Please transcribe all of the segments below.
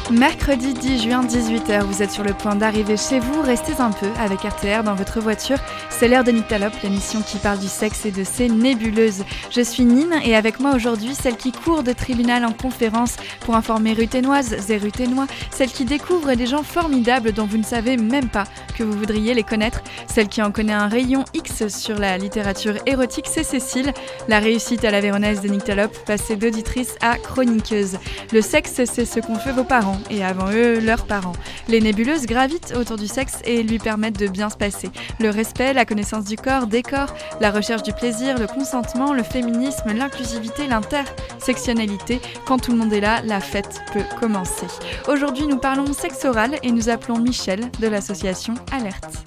Mercredi 10 juin, 18h, vous êtes sur le point d'arriver chez vous. Restez un peu avec RTR dans votre voiture. C'est l'heure de Nyctalope, l'émission qui parle du sexe et de ses nébuleuses. Je suis Nine et avec moi aujourd'hui, celle qui court de tribunal en conférence pour informer Ruthénoises et Ruthénois, celle qui découvre des gens formidables dont vous ne savez même pas que vous voudriez les connaître, celle qui en connaît un rayon X sur la littérature érotique, c'est Cécile. La réussite à la Véronaise de Nyctalope, passée d'auditrice à chroniqueuse. Le sexe, c'est ce qu'ont fait vos parents. Et avant eux, leurs parents. Les nébuleuses gravitent autour du sexe et lui permettent de bien se passer. Le respect, la connaissance du corps, des corps, la recherche du plaisir, le consentement, le féminisme, l'inclusivité, l'intersectionnalité. Quand tout le monde est là, la fête peut commencer. Aujourd'hui, nous parlons sexe oral et nous appelons Michel de l'association Alerte.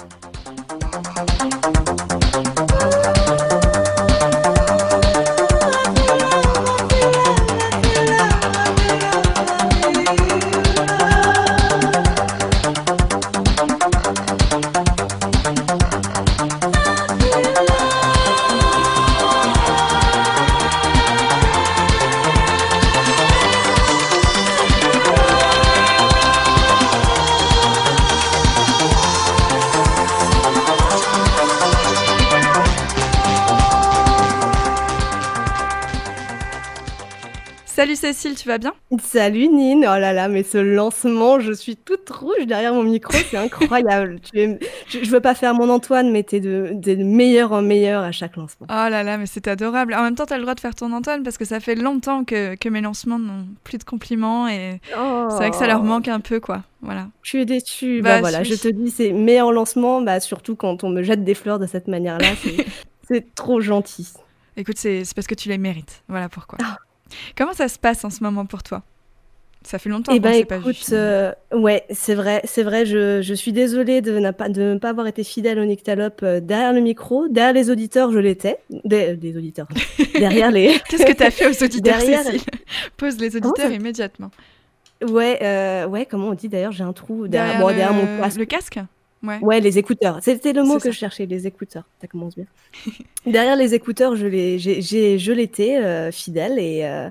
Salut Cécile, tu vas bien ? Salut Nine, oh là là, mais ce lancement, je suis toute rouge derrière mon micro, c'est incroyable. Je veux pas faire mon Antoine, mais t'es de meilleur en meilleur à chaque lancement. Oh là là, mais c'est adorable. En même temps, t'as le droit de faire ton Antoine parce que ça fait longtemps que mes lancements n'ont plus de compliments et c'est vrai que ça leur manque un peu, quoi. Voilà. Je suis déçue. Bah voilà, je te dis, c'est meilleur lancement, surtout quand on me jette des fleurs de cette manière-là, c'est trop gentil. Écoute, c'est parce que tu les mérites, voilà pourquoi. Comment ça se passe en ce moment pour toi ? Ça fait longtemps qu'on ne s'est pas vu. Ouais, c'est vrai, je suis désolée de ne pas avoir été fidèle au Nyctalope derrière le micro. Derrière les auditeurs, je l'étais. Des auditeurs. Derrière les... Qu'est-ce que tu as fait aux auditeurs, Cécile ? Pose les auditeurs immédiatement. Ouais, comment on dit d'ailleurs ? J'ai un trou derrière mon casque. Le casque ? Ouais, les écouteurs. C'était le mot que je cherchais, les écouteurs. Ça commence bien. Derrière les écouteurs, je l'étais fidèle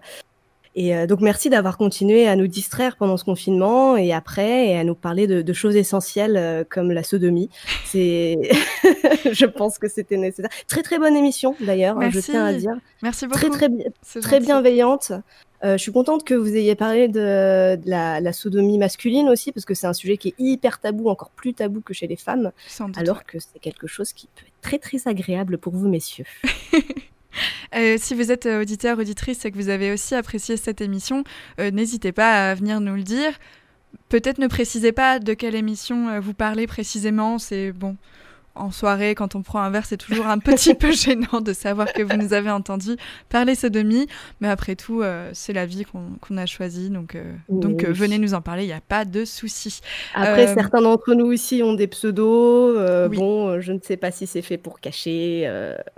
et donc merci d'avoir continué à nous distraire pendant ce confinement et après et à nous parler de choses essentielles comme la sodomie. Je pense que c'était nécessaire. Très très bonne émission d'ailleurs, je tiens à dire. Merci beaucoup. Très bienveillante. Je suis contente que vous ayez parlé de la sodomie masculine aussi, parce que c'est un sujet qui est hyper tabou, encore plus tabou que chez les femmes, alors que c'est quelque chose qui peut être très très agréable pour vous, messieurs. Si vous êtes auditeur, auditrice et que vous avez aussi apprécié cette émission, n'hésitez pas à venir nous le dire. Peut-être ne précisez pas de quelle émission vous parlez précisément, c'est bon... En soirée, quand on prend un verre, c'est toujours un petit peu gênant de savoir que vous nous avez entendu parler sodomie. Mais après tout, c'est la vie qu'on a choisie. Donc venez nous en parler, il n'y a pas de souci. Après, certains d'entre nous ici ont des pseudos. Oui. Bon, je ne sais pas si c'est fait pour cacher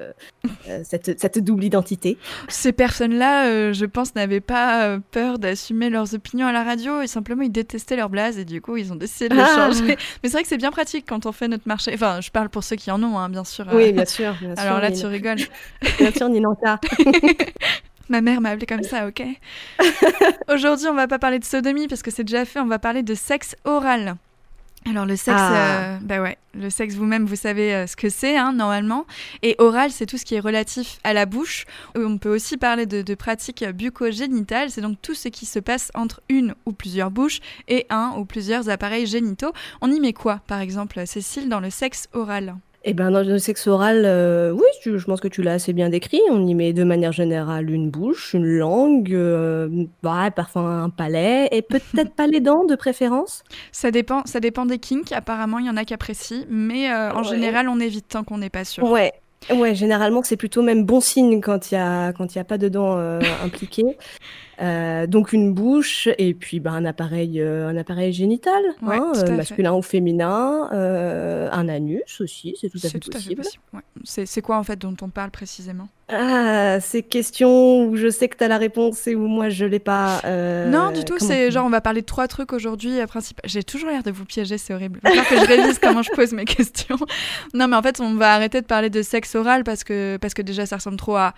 cette double identité. Ces personnes-là, je pense, n'avaient pas peur d'assumer leurs opinions à la radio. Et simplement, ils détestaient leur blaze et du coup, ils ont décidé de le changer. Mais c'est vrai que c'est bien pratique quand on fait notre marché. Enfin, je parle pour ceux qui en ont, hein, bien sûr. Oui, bien sûr. Alors là, tu rigoles. Bien sûr, Ninanta. Ma mère m'a appelée comme ça, ok. Aujourd'hui, on va pas parler de sodomie parce que c'est déjà fait, on va parler de sexe oral. Alors le sexe, le sexe vous-même, vous savez ce que c'est, hein, normalement. Et oral, c'est tout ce qui est relatif à la bouche. On peut aussi parler de pratiques bucco-génitales. C'est donc tout ce qui se passe entre une ou plusieurs bouches et un ou plusieurs appareils génitaux. On y met quoi, par exemple, Cécile, dans le sexe oral ? Eh ben, dans le sexe oral, oui, je pense que tu l'as assez bien décrit. On y met de manière générale une bouche, une langue, parfois un palais, et peut-être pas les dents de préférence. Ça dépend des kinks. Apparemment, il y en a qui apprécient, mais en général, on évite tant qu'on n'est pas sûr. Ouais, généralement, c'est plutôt même bon signe quand il y a pas de dents impliquées. Donc une bouche et puis un appareil génital, masculin ou féminin, un anus aussi, c'est tout à fait possible. Ouais. C'est quoi en fait dont on parle précisément ? Ces questions où je sais que tu as la réponse et où moi je l'ai pas. Non, du tout, c'est genre on va parler de 3 trucs aujourd'hui. J'ai toujours l'air de vous piéger, c'est horrible. Il va falloir que je révise comment je pose mes questions. Non, mais en fait, on va arrêter de parler de sexe oral parce que déjà ça ressemble trop à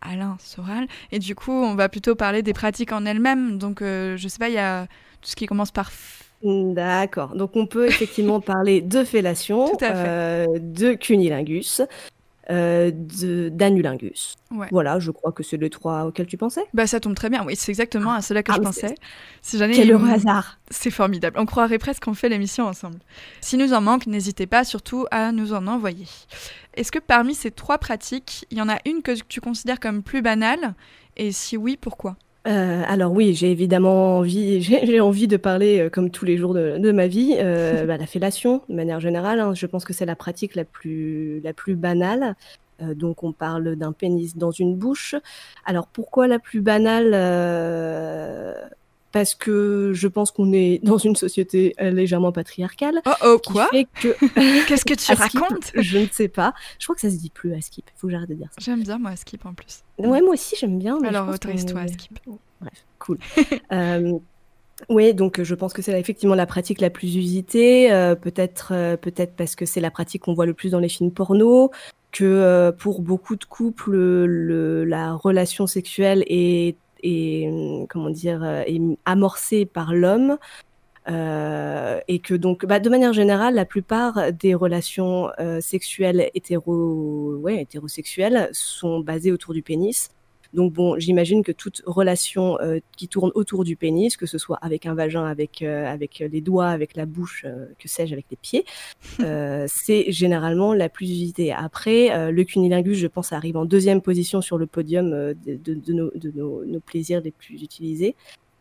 Alain Soral. Et du coup, on va plutôt parler des pratiques en elles-mêmes. Donc, je sais pas, il y a tout ce qui commence par... D'accord. Donc, on peut effectivement parler de fellation, Tout à fait. de cunilingus, d'anulingus. Ouais. Voilà, je crois que c'est les 3 auxquels tu pensais. Bah, ça tombe très bien. Oui, c'est exactement à cela que je pensais. Si Quel heureux hasard. C'est formidable. On croirait presque qu'on fait l'émission ensemble. Si nous en manque, n'hésitez pas surtout à nous en envoyer. Est-ce que parmi ces 3 pratiques, il y en a une que tu considères comme plus banale? Et si oui, pourquoi? Alors oui, j'ai évidemment envie de parler, comme tous les jours de ma vie, la fellation, de manière générale, hein. Je pense que c'est la pratique la plus banale. Donc on parle d'un pénis dans une bouche. Alors pourquoi la plus banale? Parce que je pense qu'on est dans une société légèrement patriarcale. Oh, qui quoi? fait que Qu'est-ce que tu Askip, racontes? je ne sais pas. Je crois que ça se dit plus Askip. Il faut que j'arrête de dire ça. J'aime bien, moi, Askip, en plus. Ouais, moi aussi, j'aime bien. Mais alors, je pense autorise-toi, Askip. Bref, cool. Oui, donc je pense que c'est effectivement la pratique la plus usitée. Peut-être parce que c'est la pratique qu'on voit le plus dans les films porno, que pour beaucoup de couples, la relation sexuelle est comment dire, est amorcée par l'homme. Et que donc, de manière générale, la plupart des relations sexuelles hétérosexuelles sont basées autour du pénis. Donc bon, j'imagine que toute relation qui tourne autour du pénis, que ce soit avec un vagin, avec les doigts, avec la bouche, que sais-je, avec les pieds, c'est généralement la plus usitée. Après, le cunilingus, je pense, arrive en 2e position sur le podium de nos plaisirs les plus utilisés.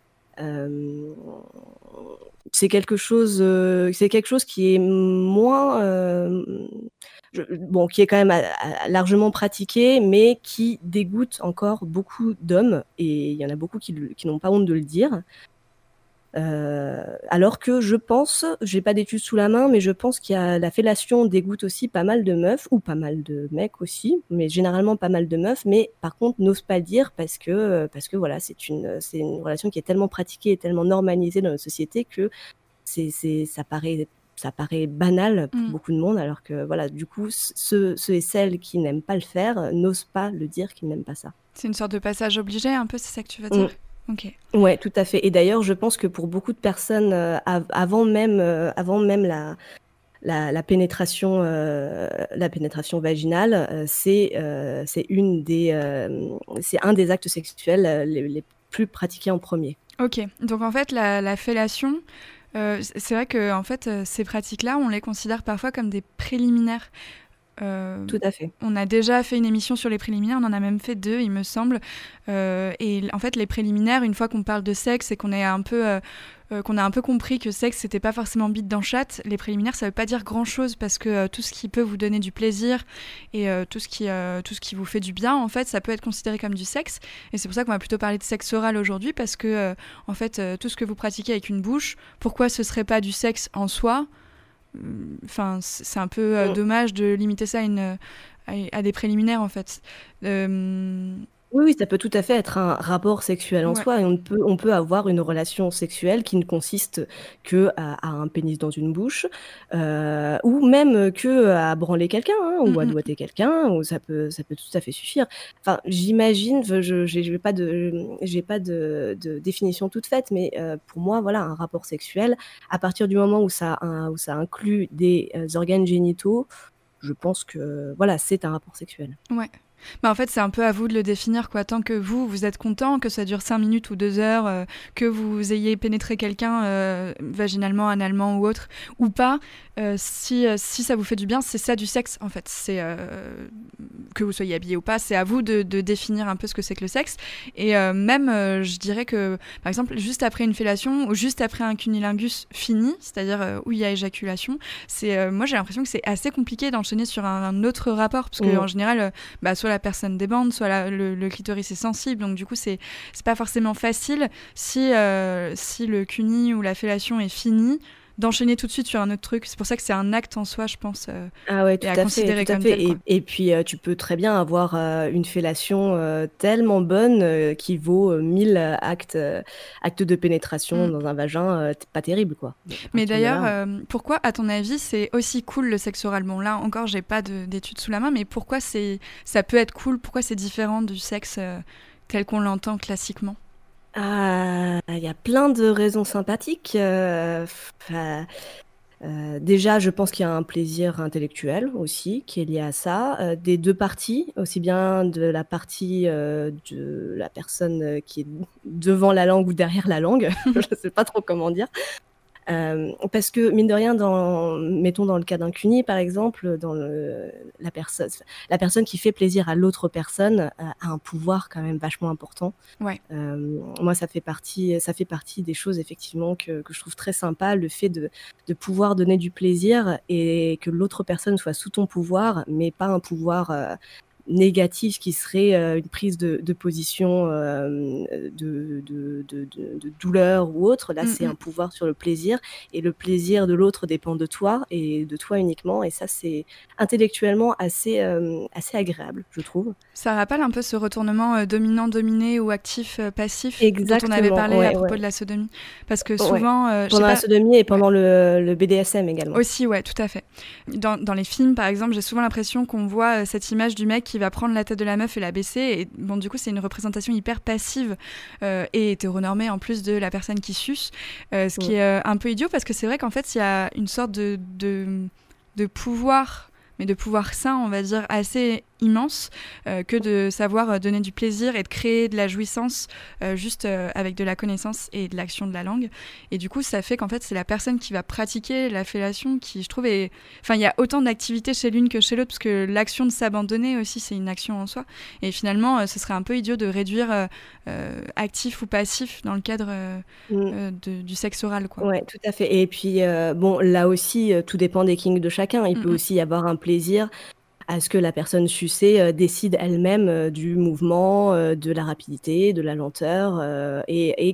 C'est quelque chose qui est moins qui est quand même largement pratiqué, mais qui dégoûte encore beaucoup d'hommes, et il y en a beaucoup qui n'ont pas honte de le dire. Alors que je pense, j'ai pas d'études sous la main, mais je pense qu'il y a la fellation dégoûte aussi pas mal de meufs, ou pas mal de mecs aussi, mais généralement pas mal de meufs, mais par contre n'osent pas le dire parce que voilà, c'est une relation qui est tellement pratiquée et tellement normalisée dans notre société que ça paraît banal pour beaucoup de monde, alors que voilà, du coup, ceux et celles qui n'aiment pas le faire n'osent pas le dire qu'ils n'aiment pas ça. C'est une sorte de passage obligé, un peu, c'est ça que tu veux dire? Okay. Ouais, tout à fait. Et d'ailleurs, je pense que pour beaucoup de personnes, avant même la pénétration vaginale, c'est un des actes sexuels les plus pratiqués en premier. Ok, donc en fait, la fellation, c'est vrai que en fait, ces pratiques-là, on les considère parfois comme des préliminaires. Tout à fait. On a déjà fait une émission sur les préliminaires, on en a même fait 2, il me semble. Et en fait, les préliminaires, une fois qu'on parle de sexe et qu'on a un peu compris que sexe, c'était pas forcément bite dans chatte, les préliminaires, ça veut pas dire grand-chose, parce que tout ce qui peut vous donner du plaisir et tout ce qui vous fait du bien, en fait, ça peut être considéré comme du sexe. Et c'est pour ça qu'on va plutôt parler de sexe oral aujourd'hui, parce que en fait, tout ce que vous pratiquez avec une bouche, pourquoi ce serait pas du sexe en soi ? Enfin, c'est un peu dommage de limiter ça à des préliminaires, en fait. Oui, ça peut tout à fait être un rapport sexuel en soi, et on peut avoir une relation sexuelle qui ne consiste que à un pénis dans une bouche, ou même que à branler quelqu'un, ou à doigter quelqu'un, ou ça peut tout à fait suffire. Enfin, j'imagine, j'ai pas de définition toute faite, mais pour moi, voilà, un rapport sexuel, à partir du moment où ça inclut des organes génitaux, je pense que voilà, c'est un rapport sexuel. Ouais. En fait, c'est un peu à vous de le définir, quoi. Tant que vous êtes content, que ça dure 5 minutes ou 2 heures, que vous ayez pénétré quelqu'un vaginalement, analement ou autre, ou pas, si ça vous fait du bien, c'est ça du sexe, en fait. C'est que vous soyez habillé ou pas, c'est à vous de définir un peu ce que c'est que le sexe. Et même, je dirais que, par exemple, juste après une fellation ou juste après un cunilingus fini, c'est-à-dire où il y a éjaculation, moi j'ai l'impression que c'est assez compliqué d'enchaîner sur un autre rapport, parce qu'en général, soit la personne débande, soit le clitoris est sensible, donc du coup c'est pas forcément facile si le cuni ou la fellation est fini. d'enchaîner tout de suite sur un autre truc. C'est pour ça que c'est un acte en soi, je pense, Ah ouais, et à considérer tout à comme fait. tel, quoi. Et puis, tu peux très bien avoir une fellation tellement bonne qui vaut 1000 actes de pénétration Mm. dans un vagin, pas terrible, quoi. Donc, à Mais partir de d'ailleurs, là, pourquoi, à ton avis, c'est aussi cool le sexe oral? Bon, là encore, j'ai pas d'études sous la main, mais pourquoi ça peut être cool? Pourquoi c'est différent du sexe tel qu'on l'entend classiquement? il y a plein de raisons sympathiques. Déjà, je pense qu'il y a un plaisir intellectuel aussi qui est lié à ça, des 2 parties, aussi bien de la partie, de la personne, qui est devant la langue ou derrière la langue. Je sais pas trop comment dire. Parce que mine de rien, mettons dans le cas d'un cuni par exemple, la personne qui fait plaisir à l'autre personne a un pouvoir quand même vachement important. Ouais. Moi, ça fait partie des choses effectivement que je trouve très sympa, le fait de pouvoir donner du plaisir et que l'autre personne soit sous ton pouvoir, mais pas un pouvoir négatif qui serait une prise de position de douleur ou autre. Là, c'est un pouvoir sur le plaisir et le plaisir de l'autre dépend de toi et de toi uniquement. Et ça, c'est intellectuellement assez agréable, je trouve. Ça rappelle un peu ce retournement dominant-dominé ou actif-passif dont on avait Exactement, parlé à ouais, propos ouais. de la sodomie. Parce que Ouais. souvent, je sais Pendant la pas. sodomie et Ouais. pendant le BDSM également. Aussi, ouais, tout à fait. Dans les films, par exemple, j'ai souvent l'impression qu'on voit cette image du mec qui va prendre la tête de la meuf et la baisser. Et bon, du coup, c'est une représentation hyper passive et hétéronormée en plus de la personne qui suce. Ce qui est un peu idiot parce que c'est vrai qu'en fait, il y a une sorte de pouvoir, mais de pouvoir sain, on va dire, assez immense que de savoir donner du plaisir et de créer de la jouissance juste avec de la connaissance et de l'action de la langue. Et du coup, ça fait qu'en fait, c'est la personne qui va pratiquer la fellation qui, je trouve, est... Enfin, il y a autant d'activités chez l'une que chez l'autre, parce que l'action de s'abandonner aussi, c'est une action en soi. Et finalement, ce serait un peu idiot de réduire actif ou passif dans le cadre du sexe oral, quoi. Ouais, tout à fait. Et puis, bon, là aussi, tout dépend des kinks de chacun. Il peut aussi y avoir un plaisir à ce que la personne sucée décide elle-même du mouvement, de la rapidité, de la lenteur, et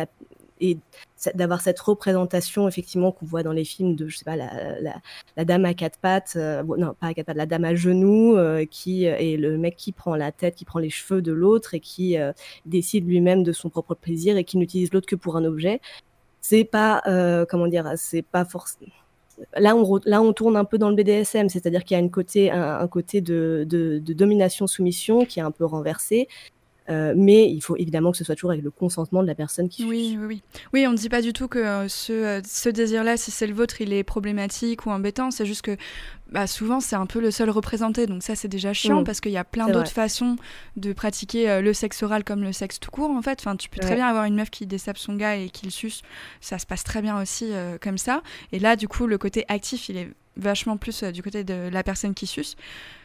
d'avoir cette représentation effectivement qu'on voit dans les films de, je sais pas, la dame à quatre pattes, non pas à quatre pattes, la dame à genoux, et le mec qui prend la tête, qui prend les cheveux de l'autre et qui décide lui-même de son propre plaisir et qui n'utilise l'autre que pour un objet. C'est pas, comment dire, c'est pas forcément. Là, on tourne un peu dans le BDSM, c'est-à-dire qu'il y a un côté de domination-soumission qui est un peu renversé, mais il faut évidemment que ce soit toujours avec le consentement de la personne qui suce. Oui, on ne dit pas du tout que ce désir-là, si c'est le vôtre, il est problématique ou embêtant. C'est juste que souvent, c'est un peu le seul représenté. Donc ça, c'est déjà chiant parce qu'il y a plein d'autres façons de pratiquer le sexe oral comme le sexe tout court, en fait. Enfin, tu peux très bien avoir une meuf qui désape son gars et qui le suce. Ça se passe très bien aussi comme ça. Et là, du coup, le côté actif, il est vachement plus du côté de la personne qui suce.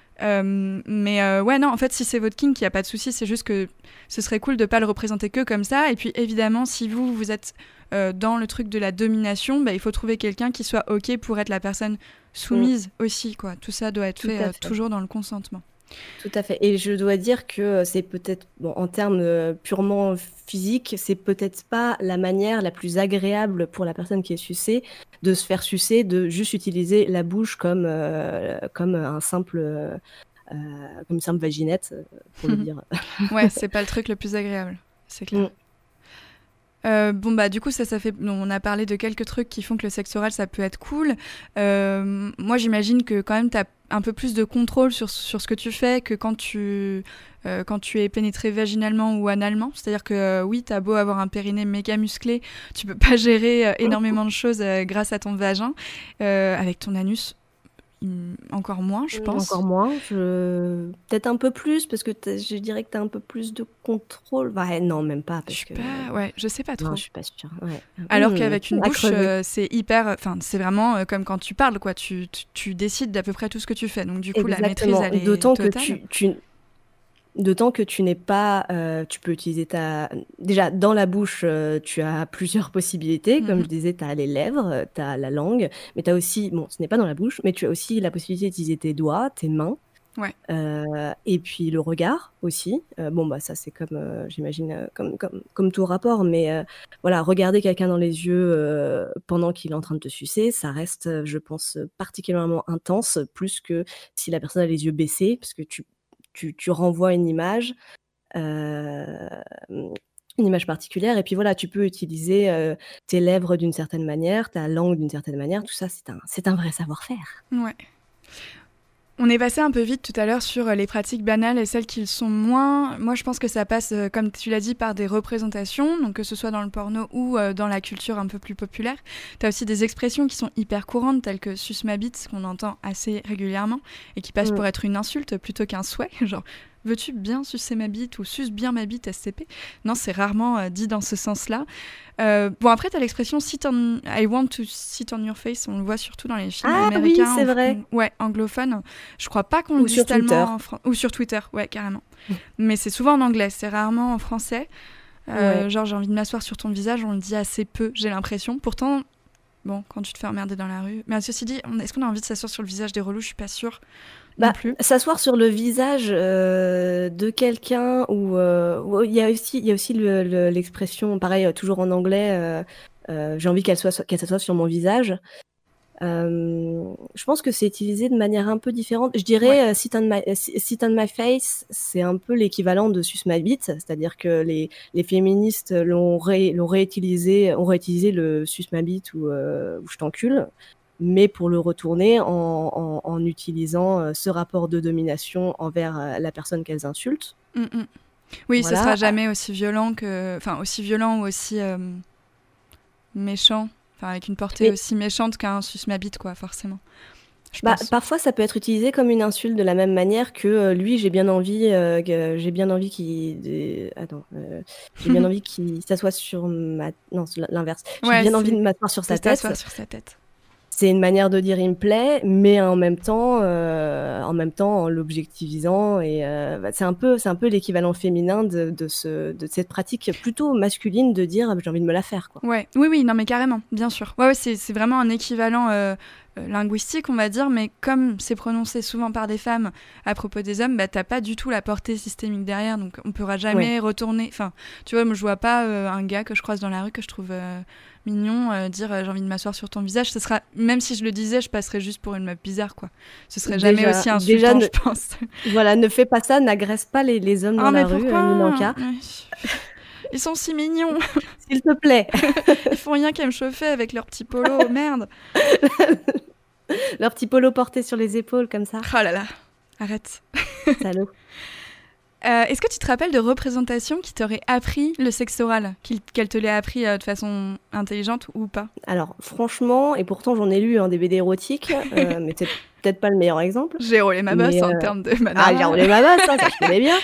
Ouais, non, en fait, si c'est votre kink, il n'y a pas de souci. C'est juste que ce serait cool de ne pas le représenter que comme ça. Et puis, évidemment, si vous êtes dans le truc de la domination, il faut trouver quelqu'un qui soit OK pour être la personne soumise aussi, quoi. Tout ça doit être fait toujours dans le consentement. Tout à fait. Et je dois dire que c'est peut-être, bon, en termes purement physiques, c'est peut-être pas la manière la plus agréable pour la personne qui est sucée de se faire sucer, de juste utiliser la bouche comme une simple vaginette, pour le dire. Ouais, c'est pas le truc le plus agréable, c'est clair. Du coup, ça fait. On a parlé de quelques trucs qui font que le sexe oral, ça peut être cool. Moi, j'imagine que quand même, t'as un peu plus de contrôle sur ce que tu fais que quand tu es pénétré vaginalement ou analement. C'est-à-dire que oui, t'as beau avoir un périnée méga musclé, tu peux pas gérer énormément de choses grâce à ton vagin. Avec ton anus, encore moins, je pense. Encore moins, peut-être un peu plus, parce que je dirais que tu as un peu plus de contrôle. Non, même pas. Je sais pas trop. Non, je suis pas sûre. Ouais. Alors qu'avec une bouche, c'est hyper... Enfin, c'est vraiment comme quand tu parles, quoi. Tu décides d'à peu près tout ce que tu fais. Donc du coup, la maîtrise, elle est totale. D'autant que tu n'es pas... tu peux utiliser Déjà, dans la bouche, tu as plusieurs possibilités. Comme je disais, tu as les lèvres, tu as la langue, mais tu as aussi... Bon, ce n'est pas dans la bouche, mais tu as aussi la possibilité d'utiliser tes doigts, tes mains, Ouais. Et puis le regard aussi. Bon, bah ça c'est comme, j'imagine, comme tout rapport, mais voilà, regarder quelqu'un dans les yeux pendant qu'il est en train de te sucer, ça reste, je pense, particulièrement intense, plus que si la personne a les yeux baissés, parce que tu renvoies euh, une image particulière. Et puis voilà, tu peux utiliser tes lèvres d'une certaine manière, ta langue d'une certaine manière. Tout ça, c'est un vrai savoir-faire. Ouais. On est passé un peu vite tout à l'heure sur les pratiques banales et celles qui le sont moins. Moi, je pense que ça passe, comme tu l'as dit, par des représentations, donc que ce soit dans le porno ou dans la culture un peu plus populaire. Tu as aussi des expressions qui sont hyper courantes, telles que suce ma bite, qu'on entend assez régulièrement, et qui passent pour être une insulte plutôt qu'un souhait. Genre, veux-tu bien sucer ma bite ou suce bien ma bite, SCP? Non, c'est rarement dit dans ce sens-là. Bon, après, tu as l'expression I want to sit on your face. On le voit surtout dans les films américains. Oui, c'est vrai. Ouais, anglophones. Je crois pas qu'on le dise tellement ou sur Twitter, ouais, carrément. Mais c'est souvent en anglais, c'est rarement en français. Genre, j'ai envie de m'asseoir sur ton visage, on le dit assez peu, j'ai l'impression. Pourtant, bon, quand tu te fais emmerder dans la rue. Mais ceci dit, est-ce qu'on a envie de s'asseoir sur le visage des relous? Je suis pas sûre. S'asseoir sur le visage de quelqu'un ou il y a aussi l'expression, pareil, toujours en anglais, j'ai envie qu'elle s'assoie sur mon visage. Je pense que c'est utilisé de manière un peu différente. Je dirais sit on my face, c'est un peu l'équivalent de suce ma bite, c'est-à-dire que les féministes ont réutilisé le suce ma bite ou je t'encule, mais pour le retourner en utilisant ce rapport de domination envers la personne qu'elles insultent. Oui, voilà. Ce sera jamais aussi violent ou aussi méchant. Enfin, avec une portée aussi méchante qu'un suce ma bite, quoi, forcément. Parfois, ça peut être utilisé comme une insulte de la même manière que lui, j'ai bien envie qu'il s'assoie sur ma... Non, l'inverse. J'ai bien envie de m'asseoir sur sa tête. C'est une manière de dire il me plaît, mais en même temps en l'objectivisant. Et c'est un peu l'équivalent féminin de cette pratique plutôt masculine de dire j'ai envie de me la faire, quoi. Ouais. Oui, non mais carrément, bien sûr. Ouais, c'est vraiment un équivalent linguistique, on va dire, mais comme c'est prononcé souvent par des femmes à propos des hommes, t'as pas du tout la portée systémique derrière, donc on pourra jamais retourner. Enfin, tu vois, moi je vois pas un gars que je croise dans la rue que je trouve mignon dire j'ai envie de m'asseoir sur ton visage. Ce sera, même si je le disais, je passerais juste pour une meuf bizarre, quoi. Ce serait jamais aussi insultant, je pense. Voilà, ne fais pas ça, n'agresse pas les hommes dans la rue, Minanka. Ils sont si mignons. S'il te plaît. Ils font rien qu'à me chauffer avec leur petit polo, merde. Leur petit polo porté sur les épaules, comme ça. Oh là là, arrête. Salaud. Est-ce que tu te rappelles de représentations qui t'auraient appris le sexe oral, qu'elles te l'aient appris de façon intelligente ou pas? Alors, franchement, et pourtant j'en ai lu des BD érotiques, mais c'est peut-être pas le meilleur exemple. J'ai roulé ma bosse en termes de manara. Ah, j'ai roulé ma bosse, ça je connais bien.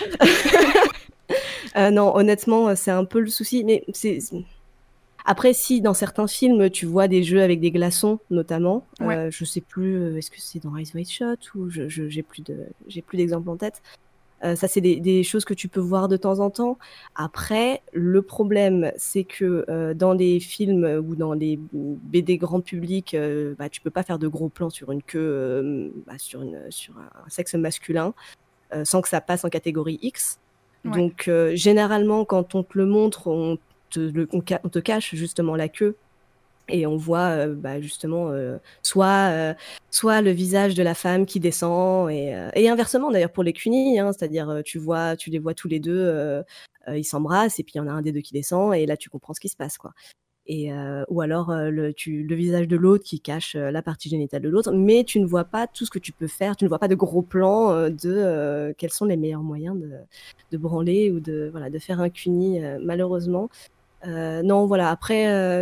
Non, honnêtement, c'est un peu le souci, mais après, si dans certains films, tu vois des jeux avec des glaçons, notamment, je sais plus, est-ce que c'est dans Eyes Wide Shut ou j'ai plus d'exemples en tête. Ça, c'est des choses que tu peux voir de temps en temps. Après, le problème, c'est que dans les films ou dans les BD grand public, tu peux pas faire de gros plans sur une queue, sur un sexe masculin, sans que ça passe en catégorie X. Donc, généralement, quand on te le montre, on te cache justement la queue. Et on voit justement soit le visage de la femme qui descend et inversement d'ailleurs pour les cunis, c'est-à-dire tu les vois tous les deux, ils s'embrassent et puis il y en a un des deux qui descend et là tu comprends ce qui se passe, quoi. Et ou alors le visage de l'autre qui cache la partie génitale de l'autre, mais tu ne vois pas tout ce que tu peux faire, tu ne vois pas de gros plans de quels sont les meilleurs moyens de branler ou de faire un cuni, malheureusement. Non, voilà, après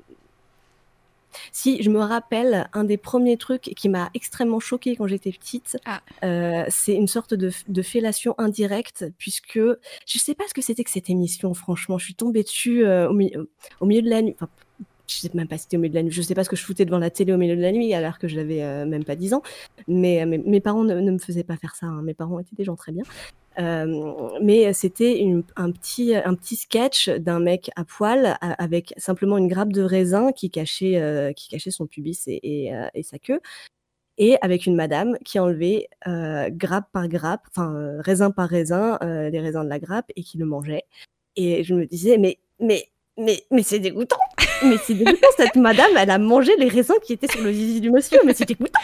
si je me rappelle, un des premiers trucs qui m'a extrêmement choquée quand j'étais petite, c'est une sorte de fellation indirecte, puisque je sais pas ce que c'était que cette émission, franchement. Je suis tombée dessus au milieu de la nuit. Enfin, je sais même pas si c'était au milieu de la nuit. Je sais pas ce que je foutais devant la télé au milieu de la nuit, alors que j'avais même pas 10 ans. Mais mes parents ne me faisaient pas faire ça. Mes parents étaient des gens très bien. Mais c'était un petit sketch d'un mec à poil avec simplement une grappe de raisin qui cachait son pubis et sa queue. et avec une madame qui enlevait grappe par grappe, raisin par raisin, les raisins de la grappe et qui le mangeait. Et je me disais mais c'est dégoûtant! Mais c'est dégoûtant, cette madame, elle a mangé les raisins qui étaient sur le zizi du monsieur, mais c'est dégoûtant!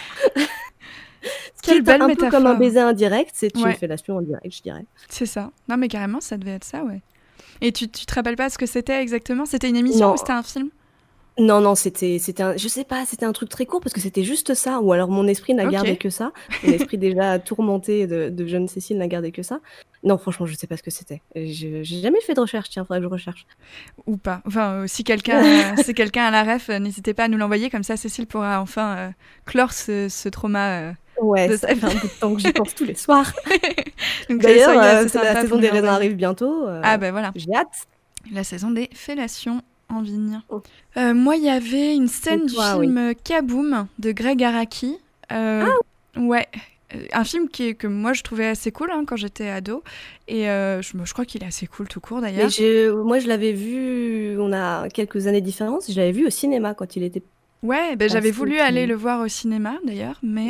Ce qui est un peu comme un baiser indirect, c'est une fellation indirecte, je dirais. C'est ça. Non mais carrément, ça devait être ça, ouais. Et tu te rappelles pas ce que c'était exactement? C'était une émission ou c'était un film? Non, c'était je sais pas, c'était un truc très court parce que c'était juste ça, ou alors mon esprit n'a gardé que ça. Mon esprit déjà tourmenté de jeune Cécile n'a gardé que ça. Non, franchement, je sais pas ce que c'était. J'ai jamais fait de recherche, tiens, faudrait que je recherche. Ou pas. Enfin, si quelqu'un a la ref, n'hésitez pas à nous l'envoyer, comme ça Cécile pourra enfin clore ce trauma. Ouais, ça fait un bout de temps que j'y pense tous les soirs. D'ailleurs, la saison des raisins arrive bientôt. Ah bah voilà. J'ai hâte. La saison des fellations en vigne. Moi, il y avait une scène du film Kaboom de Greg Araki. Ouais. Un film que moi je trouvais assez cool quand j'étais ado, et je crois qu'il est assez cool tout court d'ailleurs. Moi je l'avais vu, on a quelques années de différence, je l'avais vu au cinéma quand il était. Ouais, j'avais voulu aller le voir au cinéma d'ailleurs, mais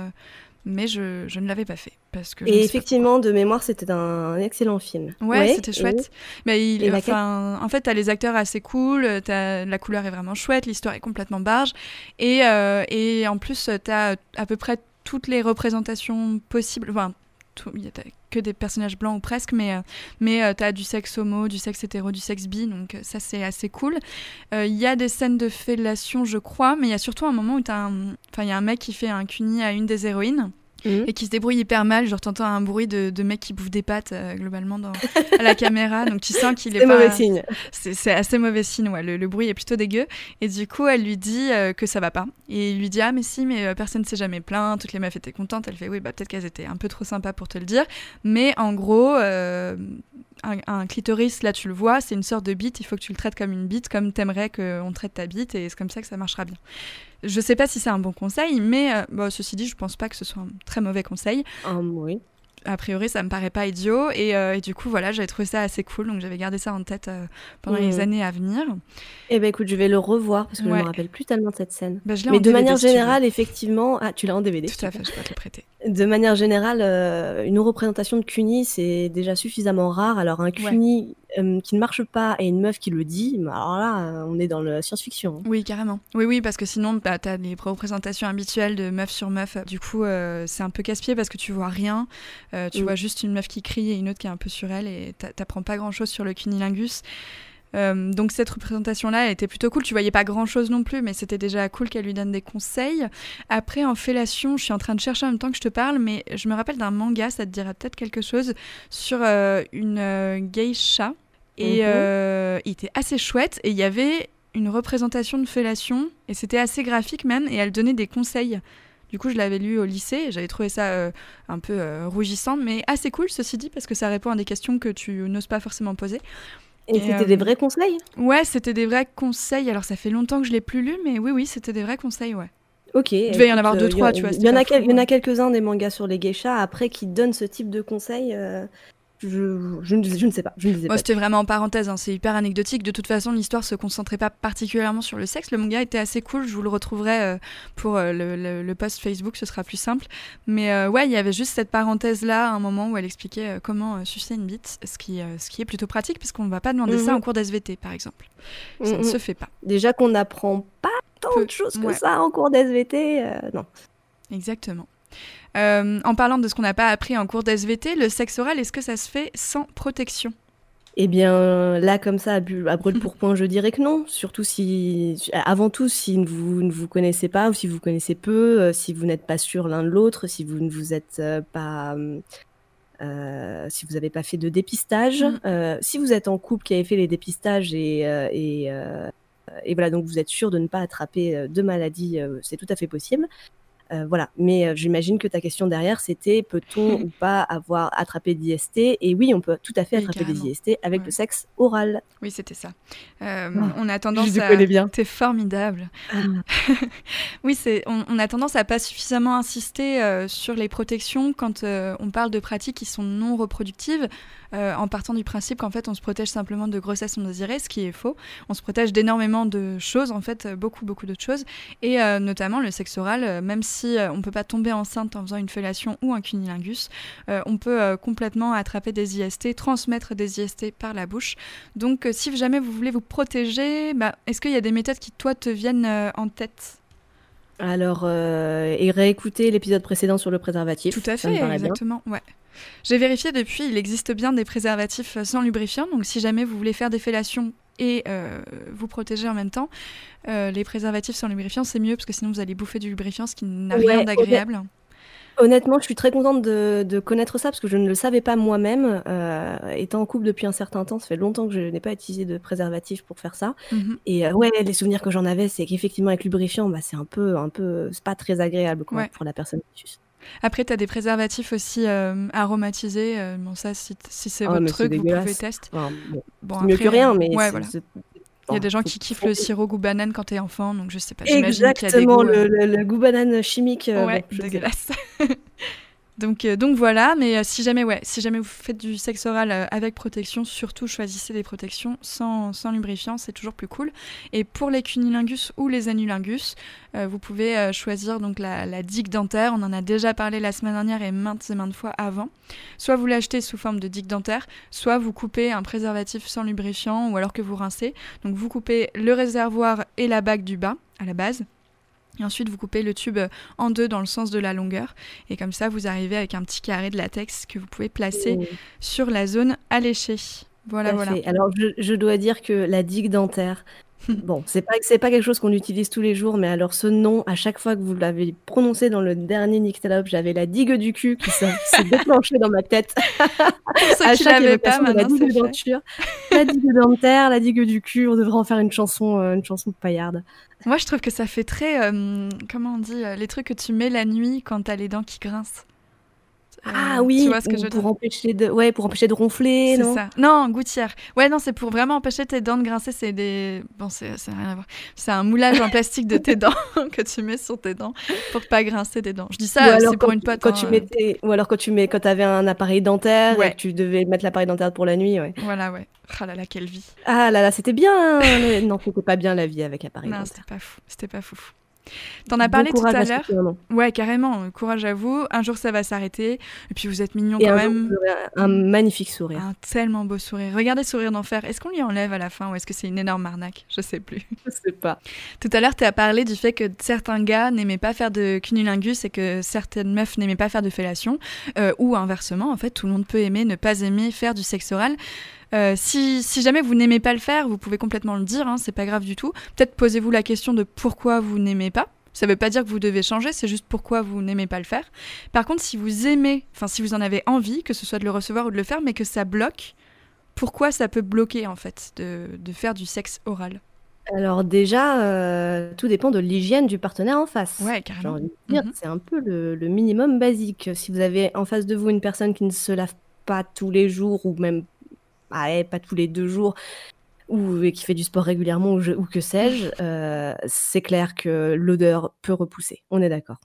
je ne l'avais pas fait parce que. Et effectivement, de mémoire, c'était un excellent film. Ouais, c'était chouette. Mais en fait, t'as les acteurs assez cool, la couleur est vraiment chouette, l'histoire est complètement barge, et en plus t'as à peu près toutes les représentations possibles. Enfin, il n'y a que des personnages blancs ou presque, mais t'as du sexe homo, du sexe hétéro, du sexe bi, donc ça c'est assez cool. Il y a des scènes de fellation, je crois, mais il y a surtout un moment où il y a un mec qui fait un cuni à une des héroïnes. Et qui se débrouille hyper mal, genre t'entends un bruit de mec qui bouffe des pâtes globalement à la caméra, donc tu sens qu'il est pas... C'est mauvais signe. C'est assez mauvais signe, ouais, le bruit est plutôt dégueu, et du coup elle lui dit que ça va pas, et il lui dit ah mais si, mais personne s'est jamais plaint, toutes les meufs étaient contentes, elle fait oui bah peut-être qu'elles étaient un peu trop sympas pour te le dire, mais en gros un clitoris, là tu le vois, c'est une sorte de bite, il faut que tu le traites comme une bite, comme t'aimerais qu'on traite ta bite, et c'est comme ça que ça marchera bien. Je sais pas si c'est un bon conseil, mais ceci dit, je pense pas que ce soit un très mauvais conseil. Oui. A priori, ça me paraît pas idiot, et du coup, voilà, j'avais trouvé ça assez cool, donc j'avais gardé ça en tête pendant les années à venir. Eh ben écoute, je vais le revoir parce que je me rappelle plus tellement de cette scène. Bah, mais de manière générale, effectivement, tu l'as en DVD. Tout à fait, je peux te le prêter. De manière générale, une représentation de cuni, c'est déjà suffisamment rare. Alors un cuni qui ne marche pas et une meuf qui le dit, alors là, on est dans la science-fiction. Oui, carrément. Oui, parce que sinon, t'as les représentations habituelles de meuf sur meuf. Du coup, c'est un peu casse-pied parce que tu vois rien. Tu vois juste une meuf qui crie et une autre qui est un peu sur elle, et t'apprends pas grand-chose sur le cunilingus. Donc cette représentation-là, elle était plutôt cool. Tu voyais pas grand-chose non plus, mais c'était déjà cool qu'elle lui donne des conseils. Après, en fellation, je suis en train de chercher en même temps que je te parle, mais je me rappelle d'un manga, ça te dira peut-être quelque chose, sur une geisha. Et il était assez chouette, et il y avait une représentation de fellation, et c'était assez graphique même, et elle donnait des conseils. Du coup, je l'avais lu au lycée, et j'avais trouvé ça un peu rougissant, mais assez cool, ceci dit, parce que ça répond à des questions que tu n'oses pas forcément poser. Et c'était des vrais conseils ? Ouais, c'était des vrais conseils. Alors, ça fait longtemps que je l'ai plus lu, mais oui, c'était des vrais conseils, ouais. Ok. Il devait y en avoir 2-3, tu vois. Il y en a quelques-uns des mangas sur les geishas, après, qui donnent ce type de conseils. Je ne sais pas. C'était vraiment en parenthèse, c'est hyper anecdotique. De toute façon, l'histoire se concentrait pas particulièrement sur le sexe. Le manga était assez cool, je vous le retrouverai pour le post Facebook, ce sera plus simple. Mais ouais, il y avait juste cette parenthèse-là, un moment où elle expliquait comment sucer une bite, ce qui est plutôt pratique, puisqu'on ne va pas demander ça en cours d'SVT, par exemple. Ça ne se fait pas. Déjà qu'on n'apprend pas tant de choses que ça en cours d'SVT, non. Exactement. En parlant de ce qu'on n'a pas appris en cours d'SVT, le sexe oral, est-ce que ça se fait sans protection ? Eh bien, là, comme ça, à brûle-pourpoint, je dirais que non. Surtout avant tout, si vous ne vous connaissez pas, ou si vous connaissez peu, si vous n'êtes pas sûr l'un de l'autre, si vous ne vous êtes pas... si vous n'avez pas fait de dépistage, si vous êtes en couple qui avait fait les dépistages et voilà, donc vous êtes sûr de ne pas attraper de maladie, c'est tout à fait possible. Voilà, mais j'imagine que ta question derrière, c'était peut-on ou pas avoir attrapé d'IST ? Et oui, on peut tout à fait attraper des IST avec le sexe oral. Oui, c'était ça. On a tendance je connais bien. T'es formidable. Oui, on a tendance à pas suffisamment insister sur les protections quand on parle de pratiques qui sont non reproductives. en partant du principe qu'en fait on se protège simplement de grossesse non désirée, ce qui est faux. On se protège d'énormément de choses, en fait, beaucoup d'autres choses, et notamment le sexe oral, même si on ne peut pas tomber enceinte en faisant une fellation ou un cunnilingus, on peut complètement attraper des IST, transmettre des IST par la bouche. Donc si jamais vous voulez vous protéger, est-ce qu'il y a des méthodes qui toi te viennent en tête? Alors, et réécouter l'épisode précédent sur le préservatif. Tout à fait, exactement, ouais. J'ai vérifié depuis, il existe bien des préservatifs sans lubrifiant, donc si jamais vous voulez faire des fellations et vous protéger en même temps, les préservatifs sans lubrifiant, c'est mieux, parce que sinon vous allez bouffer du lubrifiant, ce qui n'a rien d'agréable. Honnêtement, je suis très contente de connaître ça, parce que je ne le savais pas moi-même. Étant en couple depuis un certain temps, ça fait longtemps que je n'ai pas utilisé de préservatif pour faire ça. Et les souvenirs que j'en avais, c'est qu'effectivement, avec lubrifiant, c'est un peu, c'est pas très agréable pour la personne qui suce. Après, tu as des préservatifs aussi aromatisés. Bon, ça, si c'est votre truc, vous pouvez tester. Bon, c'est mieux que rien, mais voilà. Il y a des gens qui kiffent le sirop goût banane quand t'es enfant, donc je sais pas, j'imagine qu'il y a des goûts... Exactement, le goût banane chimique. Dégueulasse. Donc voilà, mais si jamais vous faites du sexe oral avec protection, surtout choisissez des protections sans lubrifiant, c'est toujours plus cool. Et pour les cunnilingus ou les annulingus, vous pouvez choisir donc la digue dentaire. On en a déjà parlé la semaine dernière et maintes fois avant. Soit vous l'achetez sous forme de digue dentaire, soit vous coupez un préservatif sans lubrifiant ou alors que vous rincez. Donc vous coupez le réservoir et la bague du bas à la base. Et ensuite, vous coupez le tube en deux dans le sens de la longueur. Et comme ça, vous arrivez avec un petit carré de latex que vous pouvez placer sur la zone à lécher. Voilà. Alors, je dois dire que la digue dentaire, bon, c'est pas quelque chose qu'on utilise tous les jours, mais alors ce nom, à chaque fois que vous l'avez prononcé dans le dernier Nyctalope, j'avais la digue du cul qui s'est déclenchée dans ma tête. Pour ceux qui l'avaient pas, maintenant c'est fait. Denture, la digue dentaire, la digue du cul, on devrait en faire une chanson de paillarde. Moi, je trouve que ça fait très, comment on dit, les trucs que tu mets la nuit quand t'as les dents qui grincent. Oui, tu vois ce que je veux dire. Pour empêcher de ronfler, c'est non ? Ça. Non, gouttière. Ouais, non, c'est pour vraiment empêcher tes dents de grincer. C'est rien à voir. C'est un moulage en plastique de tes dents que tu mets sur tes dents pour pas grincer tes dents. Je dis ça, c'est pour une pote. Ou alors quand t'avais un appareil dentaire et que tu devais mettre l'appareil dentaire pour la nuit, ouais. Voilà, ouais. Ah là là, quelle vie. Ah là là, c'était bien. Non, c'était pas bien la vie avec appareil dentaire. Non, c'était pas fou. T'en as parlé tout à l'heure. Ouais, carrément. Courage à vous. Un jour, ça va s'arrêter. Et puis, vous êtes mignons quand même. Jour, un magnifique sourire. Un tellement beau sourire. Regardez Sourire d'enfer. Est-ce qu'on lui enlève à la fin ou est-ce que c'est une énorme arnaque ? Je sais plus. Je sais pas. Tout à l'heure, tu as parlé du fait que certains gars n'aimaient pas faire de cunnilingus et que certaines meufs n'aimaient pas faire de fellation. Ou inversement, en fait, tout le monde peut aimer, ne pas aimer faire du sexe oral. Si jamais vous n'aimez pas le faire, vous pouvez complètement le dire, c'est pas grave du tout. Peut-être posez-vous la question de pourquoi vous n'aimez pas. Ça veut pas dire que vous devez changer, c'est juste pourquoi vous n'aimez pas le faire. Par contre, si vous aimez, si vous en avez envie, que ce soit de le recevoir ou de le faire, mais que ça bloque, pourquoi ça peut bloquer en fait de faire du sexe oral ? Alors déjà, tout dépend de l'hygiène du partenaire en face. Ouais, carrément. J'ai envie de dire, c'est un peu le minimum basique. Si vous avez en face de vous une personne qui ne se lave pas tous les jours ou même pas tous les 2 jours, ou qui fait du sport régulièrement ou que sais-je, c'est clair que l'odeur peut repousser. On est d'accord.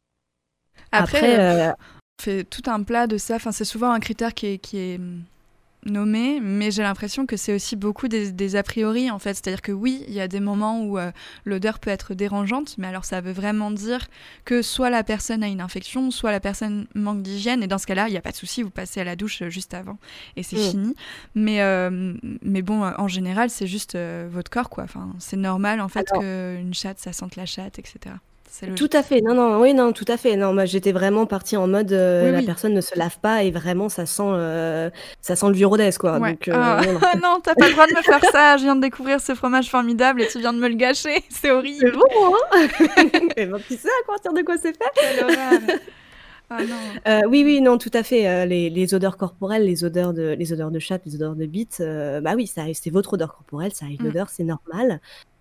Après on fait tout un plat de ça. C'est souvent un critère qui est nommé, mais j'ai l'impression que c'est aussi beaucoup des a priori en fait, c'est-à-dire que oui, il y a des moments où l'odeur peut être dérangeante, mais alors ça veut vraiment dire que soit la personne a une infection, soit la personne manque d'hygiène, et dans ce cas-là, il n'y a pas de souci, vous passez à la douche juste avant et c'est fini. Mais bon, en général, c'est juste votre corps quoi. C'est normal en fait qu'une chatte, ça sente la chatte, etc. Tout à fait. Non, tout à fait. Non, moi j'étais vraiment partie en mode la personne ne se lave pas et vraiment ça sent le vieux Rodez quoi. Ouais. Donc, non, t'as pas le droit de me faire ça. Je viens de découvir ce fromage formidable et tu viens de me le gâcher. C'est horrible. C'est bon, hein. Et ben, tu sais à partir de quoi c'est fait. Quelle horreur. Ah non. Oui, non, tout à fait. Les odeurs corporelles, les odeurs de chatte, les odeurs de bite, oui, ça, c'est votre odeur corporelle, ça a une odeur, c'est normal.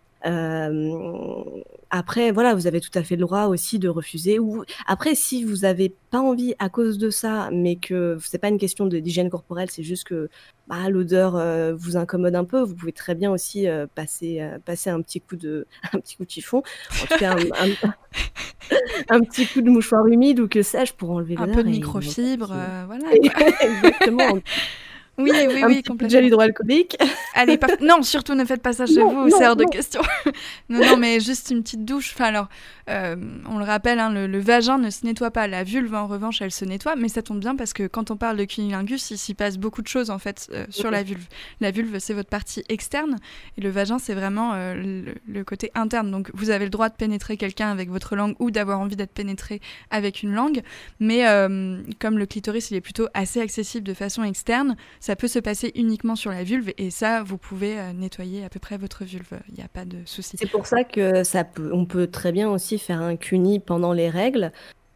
Après, voilà, vous avez tout à fait le droit aussi de refuser. Ou après, si vous n'avez pas envie à cause de ça, mais que c'est pas une question d'hygiène corporelle, c'est juste que l'odeur vous incommode un peu, vous pouvez très bien aussi passer un petit coup de chiffon, en tout cas un petit coup de mouchoir humide ou que sais-je pour enlever l'odeur. Un peu de microfibre, voilà. Exactement. Oui, oui, un oui, petit peu de gel complètement. hydroalcoolique. Allez, non, surtout ne faites pas ça chez Non, vous, c'est non, hors de non. question. Non, non, mais juste une petite douche. Enfin, alors, on le rappelle, hein, le vagin ne se nettoie pas. La vulve, en revanche, elle se nettoie. Mais ça tombe bien parce que quand on parle de cunnilingus, il s'y passe beaucoup de choses, en fait, sur la vulve. La vulve, c'est votre partie externe. Et le vagin, c'est vraiment le côté interne. Donc, vous avez le droit de pénétrer quelqu'un avec votre langue ou d'avoir envie d'être pénétré avec une langue. Mais comme le clitoris, il est plutôt assez accessible de façon externe, ça peut se passer uniquement sur la vulve. Et ça, vous pouvez nettoyer à peu près votre vulve. Il n'y a pas de souci. C'est pour ça que on peut très bien aussi faire un cuni pendant les règles,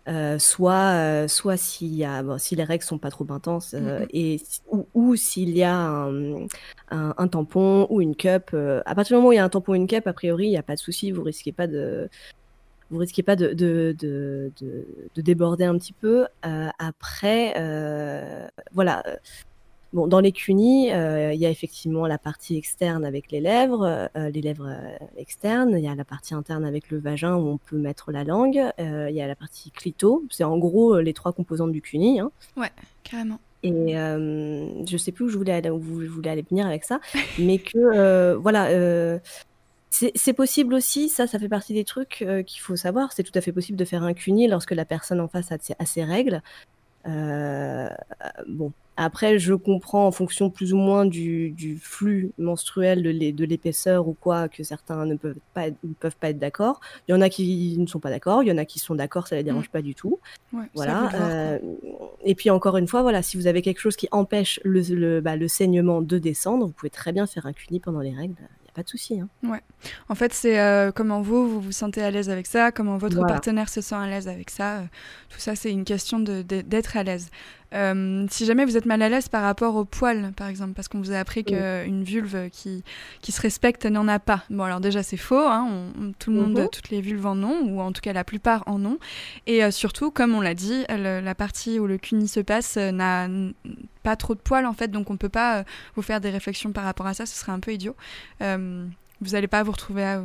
soit si les règles sont pas trop intenses, ou s'il y a un tampon ou une cup. À partir du moment où il y a un tampon ou une cup, a priori, il n'y a pas de souci, vous risquez pas de déborder un petit peu. Après, voilà. Bon, dans les cunis, il y a effectivement la partie externe avec les lèvres externes. Il y a la partie interne avec le vagin où on peut mettre la langue. Il y a la partie clito. C'est en gros les 3 composantes du cuni, hein. Ouais, carrément. Et je sais plus où je voulais aller, où je voulais aller venir avec ça, mais que voilà, c'est possible aussi, ça fait partie des trucs qu'il faut savoir. C'est tout à fait possible de faire un cuni lorsque la personne en face a ses règles. Bon, après, je comprends en fonction plus ou moins du flux menstruel, de l'épaisseur ou quoi, que certains ne peuvent pas être d'accord. Il y en a qui ne sont pas d'accord, il y en a qui sont d'accord, ça les dérange pas du tout. Ouais, c'est à vous Voilà. de voir, quoi. Et puis encore une fois, voilà, si vous avez quelque chose qui empêche le saignement de descendre, vous pouvez très bien faire un cuni pendant les règles, il n'y a pas de souci, hein. Ouais. En fait, c'est comment vous vous sentez à l'aise avec ça, comment votre Voilà. partenaire se sent à l'aise avec ça. Tout ça, c'est une question d'être à l'aise. Si jamais vous êtes mal à l'aise par rapport au poil, par exemple, parce qu'on vous a appris qu'une vulve qui se respecte n'en a pas. Bon, alors déjà, c'est faux. Hein, tout le monde, toutes les vulves en ont, ou en tout cas la plupart en ont. Et surtout, comme on l'a dit, la partie où le cuni se passe n'a pas trop de poils, en fait, donc on ne peut pas vous faire des réflexions par rapport à ça. Ce serait un peu idiot. Vous n'allez pas vous retrouver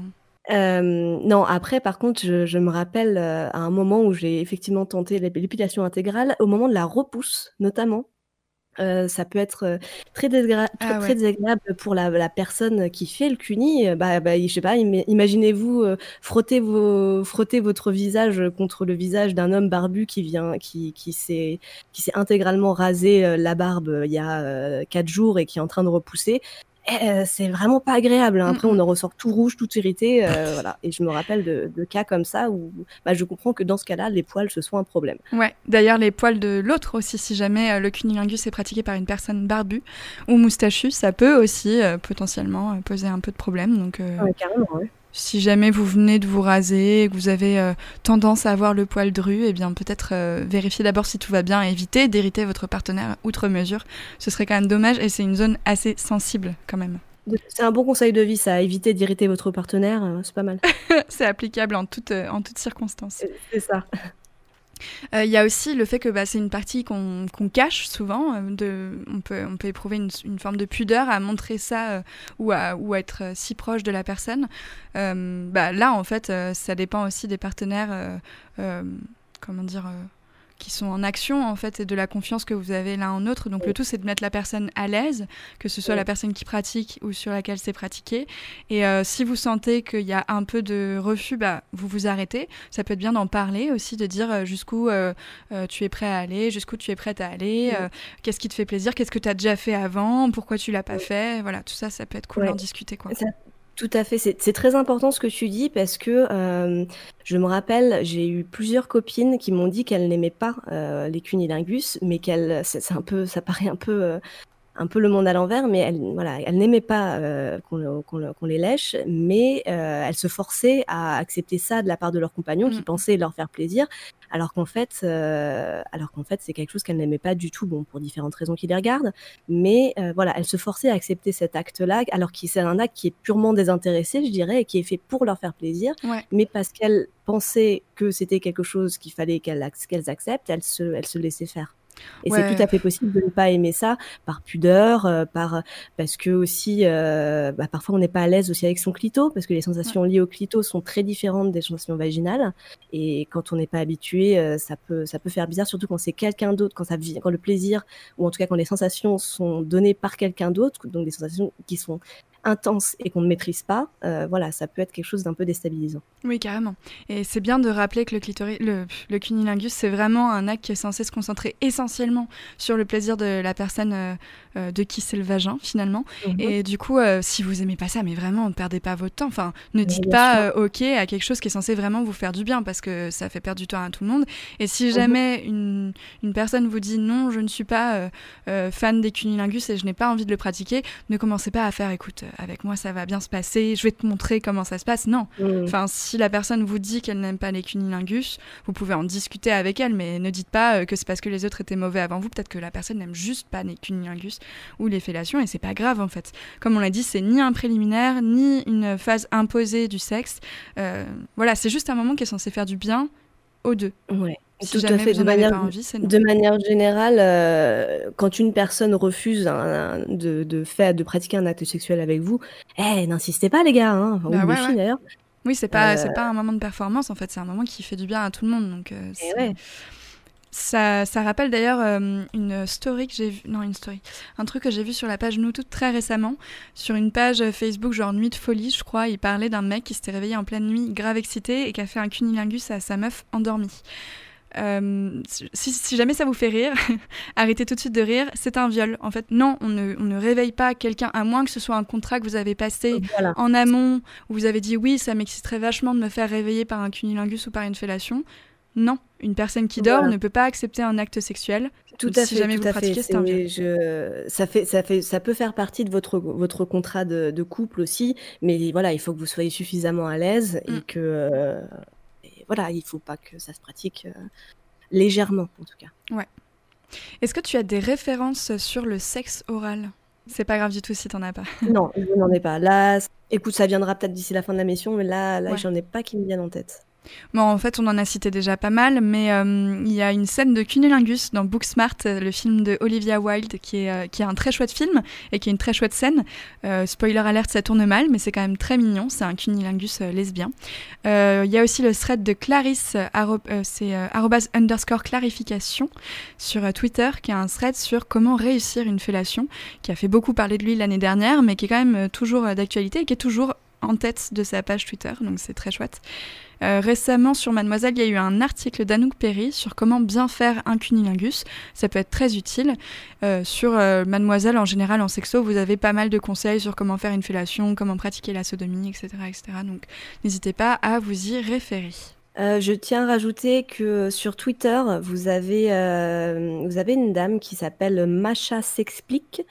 non, après, par contre, je me rappelle à un moment où j'ai effectivement tenté l'épilation intégrale, au moment de la repousse, notamment. Ça peut être très désagréable pour la personne qui fait le cuni. Je sais pas, imaginez-vous frotter votre visage contre le visage d'un homme barbu qui s'est intégralement rasé la barbe il y a 4 jours et qui est en train de repousser. C'est vraiment pas agréable, hein. Après, on en ressort tout rouge, tout irrité, voilà. Et je me rappelle de cas comme ça où je comprends que dans ce cas-là, les poils, ce soit un problème. Ouais, d'ailleurs, les poils de l'autre aussi, si jamais le cunnilingus est pratiqué par une personne barbue ou moustachue, ça peut aussi potentiellement poser un peu de problème. Donc, Ouais, carrément, ouais. Si jamais vous venez de vous raser et que vous avez tendance à avoir le poil dru, eh bien peut-être vérifiez d'abord si tout va bien et évitez d'irriter votre partenaire outre mesure. Ce serait quand même dommage et c'est une zone assez sensible quand même. C'est un bon conseil de vie, ça, éviter d'irriter votre partenaire, c'est pas mal. C'est applicable en toutes circonstances. C'est ça. Il y a aussi le fait que c'est une partie qu'on cache souvent. On peut éprouver une forme de pudeur à montrer ça ou à être si proche de la personne. Là, en fait, ça dépend aussi des partenaires, qui sont en action, en fait, et de la confiance que vous avez l'un en l'autre. Donc, le tout, c'est de mettre la personne à l'aise, que ce soit la personne qui pratique ou sur laquelle c'est pratiqué. Et si vous sentez qu'il y a un peu de refus, vous vous arrêtez. Ça peut être bien d'en parler aussi, de dire jusqu'où tu es prêt à aller, jusqu'où tu es prête à aller, qu'est-ce qui te fait plaisir, qu'est-ce que tu as déjà fait avant, pourquoi tu l'as pas fait. Voilà, tout ça, ça peut être cool d'en discuter, quoi. Tout à fait, c'est très important ce que tu dis parce que je me rappelle, j'ai eu plusieurs copines qui m'ont dit qu'elles n'aimaient pas les cunnilingus, mais ça paraît un peu le monde à l'envers, mais elles n'aimaient pas qu'on les lèche, mais elles se forçaient à accepter ça de la part de leurs compagnons qui pensaient leur faire plaisir, alors qu'en fait, c'est quelque chose qu'elles n'aimaient pas du tout, bon, pour différentes raisons qui les regardent, mais elles se forçaient à accepter cet acte-là, alors que c'est un acte qui est purement désintéressé, je dirais, et qui est fait pour leur faire plaisir, mais parce qu'elles pensaient que c'était quelque chose qu'il fallait qu'elles acceptent, elles se laissaient faire. Et c'est tout à fait possible de ne pas aimer ça par pudeur, parce que aussi, parfois on n'est pas à l'aise aussi avec son clito, parce que les sensations liées au clito sont très différentes des sensations vaginales. Et quand on n'est pas habitué, ça peut faire bizarre, surtout quand c'est quelqu'un d'autre, quand le plaisir, ou en tout cas quand les sensations sont données par quelqu'un d'autre, donc des sensations qui sont intense et qu'on ne maîtrise pas, voilà, ça peut être quelque chose d'un peu déstabilisant. Oui, carrément. Et c'est bien de rappeler que le cunnilingus, c'est vraiment un acte qui est censé se concentrer essentiellement sur le plaisir de la personne de qui c'est le vagin, finalement. Et du coup, si vous aimez pas ça, mais vraiment, ne perdez pas votre temps. Enfin, ne dites pas OK à quelque chose qui est censé vraiment vous faire du bien, parce que ça fait perdre du temps à tout le monde. Et si jamais une personne vous dit non, je ne suis pas fan des cunnilingus et je n'ai pas envie de le pratiquer, ne commencez pas à faire écoute, avec moi ça va bien se passer, je vais te montrer comment ça se passe. Non. Enfin, si la personne vous dit qu'elle n'aime pas les cunnilingus, vous pouvez en discuter avec elle, mais ne dites pas que c'est parce que les autres étaient mauvais avant vous. Peut-être que la personne n'aime juste pas les cunnilingus ou les fellations, et c'est pas grave en fait. Comme on l'a dit, c'est ni un préliminaire, ni une phase imposée du sexe. Voilà, c'est juste un moment qui est censé faire du bien aux deux. Ouais. Si jamais vous n'en avez pas envie, c'est non. De manière générale, quand une personne refuse de pratiquer un acte sexuel avec vous, n'insistez pas les gars, hein, ou les filles d'ailleurs. Oui, c'est pas un moment de performance en fait, c'est un moment qui fait du bien à tout le monde. Donc ça rappelle d'ailleurs une story que j'ai vue, un truc que j'ai vu sur la page Nous Toutes très récemment, sur une page Facebook genre Nuit de folie, je crois. Il parlait d'un mec qui s'était réveillé en pleine nuit, grave excité, et qui a fait un cunnilingus à sa meuf endormie. Si jamais ça vous fait rire, arrêtez tout de suite de rire, c'est un viol. En fait, non, on ne réveille pas quelqu'un, à moins que ce soit un contrat que vous avez passé en amont, où vous avez dit oui, ça m'exciterait vachement de me faire réveiller par un cunnilingus ou par une fellation. Non, une personne qui dort ne peut pas accepter un acte sexuel. Si jamais vous pratiquez, c'est un viol. Ça peut faire partie de votre contrat de couple aussi, mais voilà, il faut que vous soyez suffisamment à l'aise et que... voilà, il ne faut pas que ça se pratique légèrement, en tout cas. Ouais. Est-ce que tu as des références sur le sexe oral ? C'est pas grave du tout si t'en as pas. Non, je n'en ai pas. Là, écoute, ça viendra peut-être d'ici la fin de la mission, mais là, j'en ai pas qui me viennent en tête. Bon, en fait, on en a cité déjà pas mal, mais il y a une scène de cunnilingus dans Booksmart, le film de Olivia Wilde, qui est un très chouette film et qui est une très chouette scène. Spoiler alert, ça tourne mal, mais c'est quand même très mignon. C'est un cunnilingus lesbien. Il y a aussi le thread de Clarisse, c'est @_clarification sur Twitter, qui a un thread sur comment réussir une fellation, qui a fait beaucoup parler de lui l'année dernière, mais qui est quand même toujours d'actualité et qui est toujours en tête de sa page Twitter, donc c'est très chouette. Récemment, sur Mademoiselle, il y a eu un article d'Anouk Perry sur comment bien faire un cunnilingus. Ça peut être très utile. Sur Mademoiselle, en général, en sexo, vous avez pas mal de conseils sur comment faire une fellation, comment pratiquer la sodomie, etc. Donc, n'hésitez pas à vous y référer. Je tiens à rajouter que sur Twitter, vous avez une dame qui s'appelle Macha s'explique.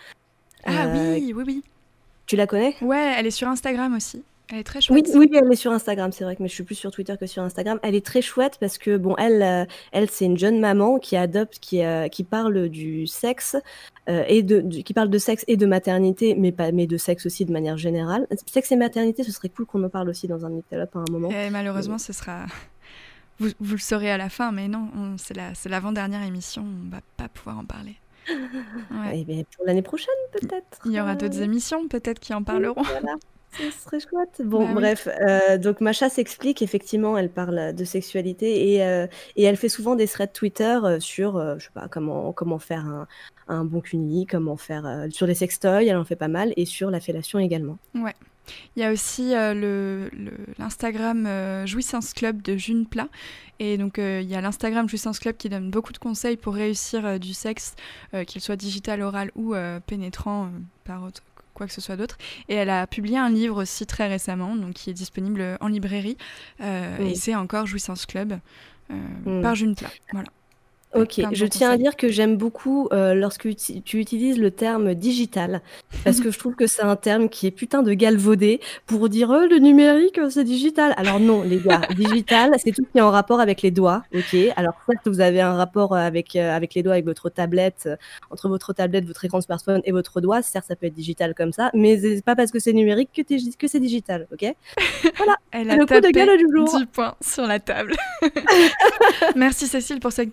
Oui. Tu la connais ? Ouais, elle est sur Instagram aussi. Elle est très chouette. Oui, elle est sur Instagram, c'est vrai que mais je suis plus sur Twitter que sur Instagram. Elle est très chouette parce que bon, elle c'est une jeune maman qui qui parle du sexe qui parle de sexe et de maternité, mais de sexe aussi de manière générale. Sexe et maternité, ce serait cool qu'on en parle aussi dans un Meetup à un moment. Et malheureusement, ce sera vous le saurez à la fin, mais non, c'est l'avant-dernière émission, on va pas pouvoir en parler. Ouais. Et bien, pour l'année prochaine, peut-être. Il y aura d'autres émissions, peut-être, qui en parleront. Voilà. Ce serait chouette. Bon, bref. Donc, Macha s'explique. Effectivement, elle parle de sexualité et elle fait souvent des threads Twitter sur, je sais pas, comment faire un bon cunni, comment faire sur les sextoys. Elle en fait pas mal et sur la fellation également. Ouais. Il y a aussi l'Instagram Jouissance Club de June Plat. Et donc, il y a l'Instagram Jouissance Club qui donne beaucoup de conseils pour réussir du sexe, qu'il soit digital, oral ou pénétrant par quoi que ce soit d'autre. Et elle a publié un livre aussi très récemment, donc qui est disponible en librairie. Et c'est encore Jouissance Club par June Plat. Voilà. Ok, je tiens à dire que j'aime beaucoup lorsque tu utilises le terme digital, parce que je trouve que c'est un terme qui est putain de galvaudé pour dire le numérique c'est digital. Alors non les gars, digital c'est tout ce qui est en rapport avec les doigts, ok. Alors certes vous avez un rapport avec les doigts, avec votre tablette, entre votre tablette, votre écran de smartphone et votre doigt, certes ça peut être digital comme ça, mais c'est pas parce que c'est numérique que c'est digital, ok. Voilà, elle a le coup de tapé gueule du jour. 10 points sur la table. Merci Cécile pour cette rectification.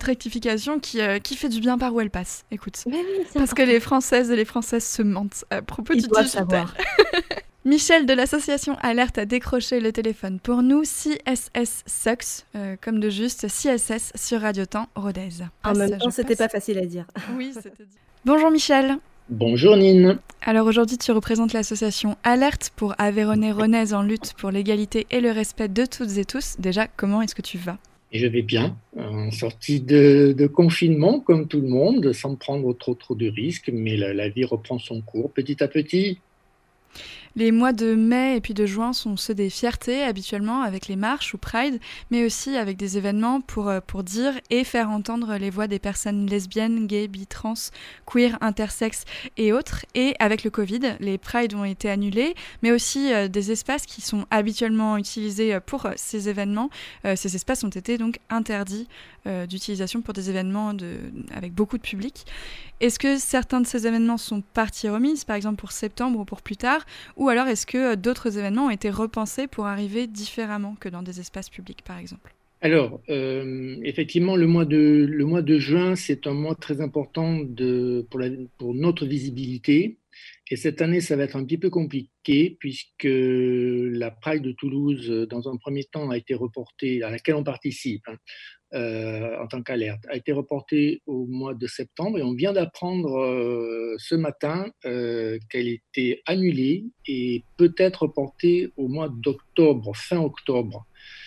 communication qui fait du bien par où elle passe. Écoute, Mais oui, c'est parce que important. les Françaises et les Françaises se mentent à propos Ils du doivent digital. savoir. Michel de l'association Alerte a décroché le téléphone pour nous. CSS Sucks, comme de juste, CSS sur Radio Temps Rodez. En même temps, c'était pas facile à dire. Oui, c'était dit. Bonjour Michel. Bonjour Nine. Alors aujourd'hui, tu représentes l'association Alerte pour Aveyronais-Renaises en lutte pour l'égalité et le respect de toutes et tous. Déjà, comment est-ce que tu vas ? Et je vais bien, en sortie de confinement comme tout le monde, sans prendre trop de risques, mais la vie reprend son cours petit à petit. Les mois de mai et puis de juin sont ceux des fiertés, habituellement, avec les marches ou Pride, mais aussi avec des événements pour dire et faire entendre les voix des personnes lesbiennes, gays, bi, trans, queer, intersexes et autres. Et avec le Covid, les Pride ont été annulés, mais aussi des espaces qui sont habituellement utilisés pour ces événements. Ces espaces ont été donc interdits d'utilisation pour des événements avec beaucoup de public. Est-ce que certains de ces événements sont parties remises, par exemple pour septembre ou pour plus tard, ou alors est-ce que d'autres événements ont été repensés pour arriver différemment que dans des espaces publics, par exemple ? Alors, effectivement, le mois de juin, c'est un mois très important pour notre visibilité. Et cette année, ça va être un petit peu compliqué puisque la Pride de Toulouse, dans un premier temps, a été reportée, à laquelle on participe, en tant qu'alerte, a été reportée au mois de septembre et on vient d'apprendre ce matin qu'elle était annulée et peut-être reportée au mois d'octobre, fin octobre.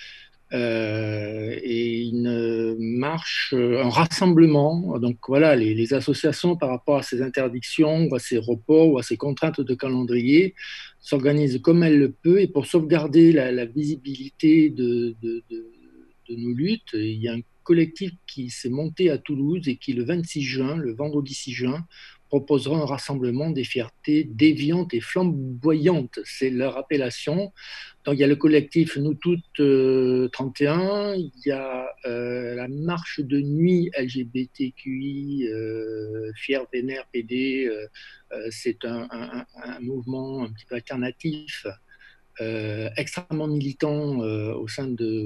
Et une marche, un rassemblement. Donc voilà, les associations par rapport à ces interdictions, ou à ces reports, ou à ces contraintes de calendrier, s'organisent comme elles le peuvent. Et pour sauvegarder la visibilité de nos luttes, il y a un collectif qui s'est monté à Toulouse et qui, le 26 juin, le vendredi 6 juin, proposera un rassemblement des fiertés déviantes et flamboyantes. C'est leur appellation. Donc, il y a le collectif Nous Toutes 31, il y a la marche de nuit LGBTQI, Fier Vénère PD, c'est un mouvement un petit peu alternatif, extrêmement militant au sein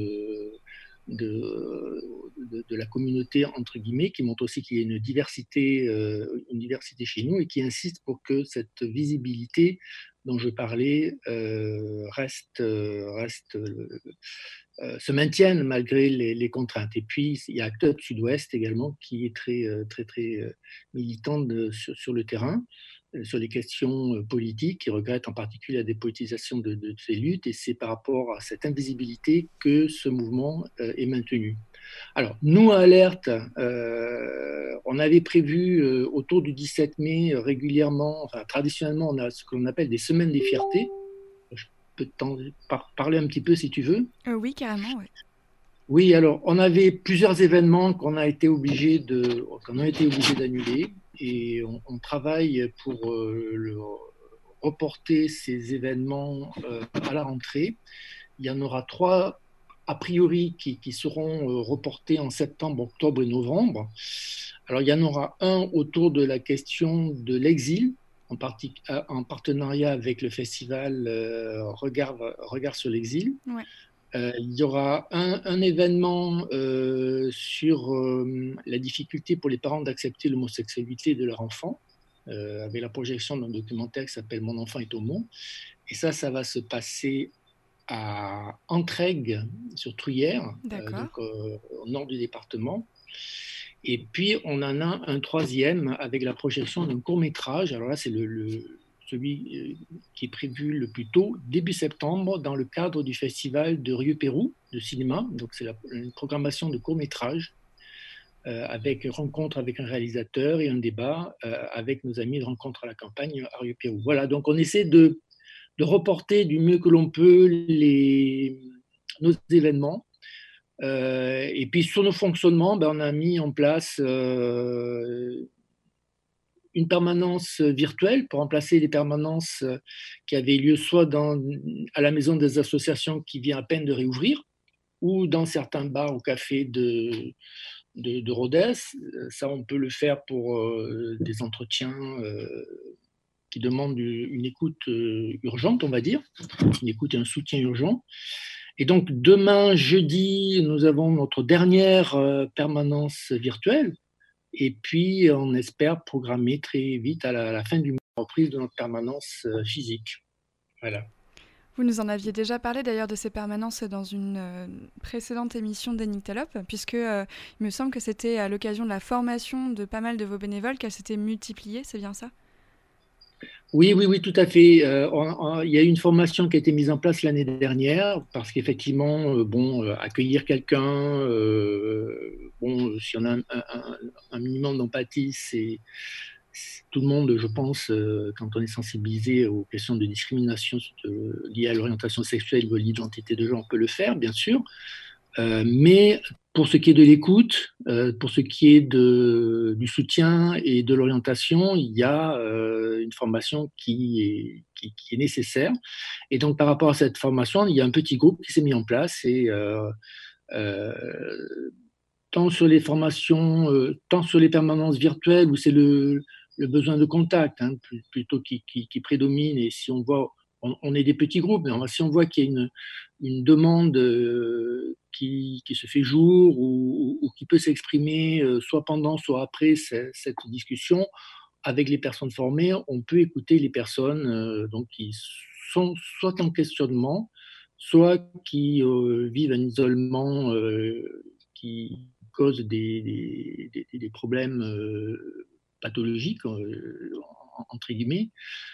de la communauté, entre guillemets, qui montre aussi qu'il y a une diversité chez nous et qui insiste pour que cette visibilité dont je parlais se maintienne malgré les contraintes. Et puis, il y a Act Up Sud-Ouest également qui est très militant sur le terrain, sur les questions politiques, qui regrette en particulier la dépolitisation de ces luttes, et c'est par rapport à cette invisibilité que ce mouvement est maintenu. Alors, nous, à Alerte, on avait prévu autour du 17 mai régulièrement, enfin traditionnellement, on a ce qu'on appelle des semaines des fiertés. Je peux t'en parler un petit peu si tu veux. Oui, carrément, oui. Oui, alors on avait plusieurs événements qu'on a été obligés d'annuler et on travaille pour reporter ces événements à la rentrée. Il y en aura 3 a priori qui seront reportés en septembre, octobre et novembre. Alors il y en aura un autour de la question de l'exil, en partenariat avec le festival Regard sur l'exil. Ouais. Il y aura un événement sur la difficulté pour les parents d'accepter l'homosexualité de leur enfant, avec la projection d'un documentaire qui s'appelle Mon enfant est homo. Et ça va se passer à Entraigues, sur Truyère, donc au nord du département. Et puis, on en a un troisième avec la projection d'un court-métrage. Alors là, c'est celui qui est prévu le plus tôt, début septembre, dans le cadre du festival de Rieux-Pérou de cinéma. Donc, c'est une programmation de court-métrage avec rencontre avec un réalisateur et un débat avec nos amis de Rencontre à la campagne à Rieux-Pérou. Voilà, donc on essaie de reporter du mieux que l'on peut nos événements. Et puis sur nos fonctionnements, on a mis en place une permanence virtuelle pour remplacer les permanences qui avaient lieu soit à la maison des associations qui vient à peine de réouvrir, ou dans certains bars ou cafés de Rodez. Ça, on peut le faire pour des entretiens qui demandent une écoute urgente, on va dire, une écoute et un soutien urgent. Et donc, demain, jeudi, nous avons notre dernière permanence virtuelle. Et puis, on espère programmer très vite, à la fin du mois, la reprise de notre permanence physique. Voilà. Vous nous en aviez déjà parlé d'ailleurs de ces permanences dans une précédente émission d'Enictalop, puisque il me semble que c'était à l'occasion de la formation de pas mal de vos bénévoles qu'elles s'étaient multipliées, c'est bien ça? Oui, oui, oui, tout à fait. Il y a eu une formation qui a été mise en place l'année dernière parce qu'effectivement, accueillir quelqu'un, si on a un minimum d'empathie, tout le monde, je pense, quand on est sensibilisé aux questions de discrimination liées à l'orientation sexuelle ou à l'identité de genre, on peut le faire, bien sûr. Mais pour ce qui est de l'écoute, pour ce qui est du soutien et de l'orientation, il y a une formation qui est nécessaire. Et donc, par rapport à cette formation, il y a un petit groupe qui s'est mis en place et euh, tant sur les formations, tant sur les permanences virtuelles où c'est le besoin de contact plutôt qui prédomine. Et si on voit, on est des petits groupes, mais si on voit qu'il y a une demande qui se fait jour ou qui peut s'exprimer soit pendant, soit après cette discussion, avec les personnes formées, on peut écouter les personnes donc qui sont soit en questionnement, soit qui vivent un isolement qui cause des problèmes pathologiques, entre guillemets,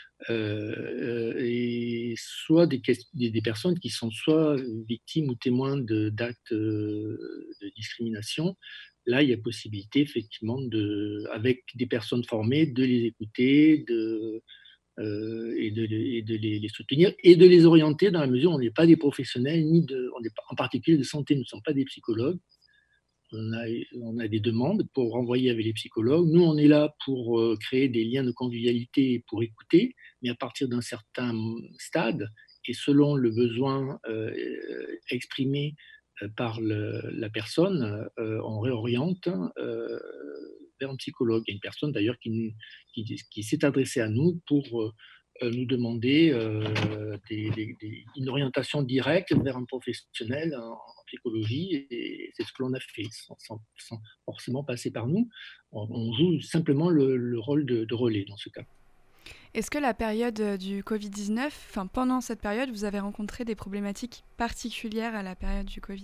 et soit des personnes qui sont soit victimes ou témoins d'actes de discrimination. Là, il y a possibilité, effectivement, avec des personnes formées, de les écouter, et de les soutenir et de les orienter dans la mesure où on n'est pas des professionnels, on n'est pas, en particulier de santé, nous ne sommes pas des psychologues. On a des demandes pour renvoyer avec les psychologues. Nous, on est là pour créer des liens de convivialité et pour écouter, mais à partir d'un certain stade et selon le besoin exprimé par la personne, on réoriente vers un psychologue. Il y a une personne d'ailleurs qui s'est adressée à nous pour nous demander une orientation directe vers un professionnel en psychologie, et c'est ce que l'on a fait, sans forcément passer par nous. On joue simplement le rôle de relais dans ce cas. Est-ce que la période du Covid-19, enfin pendant cette période, vous avez rencontré des problématiques particulières à la période du Covid?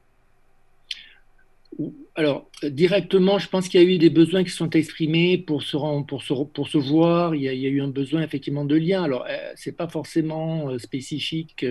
Alors, directement, je pense qu'il y a eu des besoins qui sont exprimés pour se voir. Il y a eu un besoin effectivement de lien. Alors, c'est pas forcément spécifique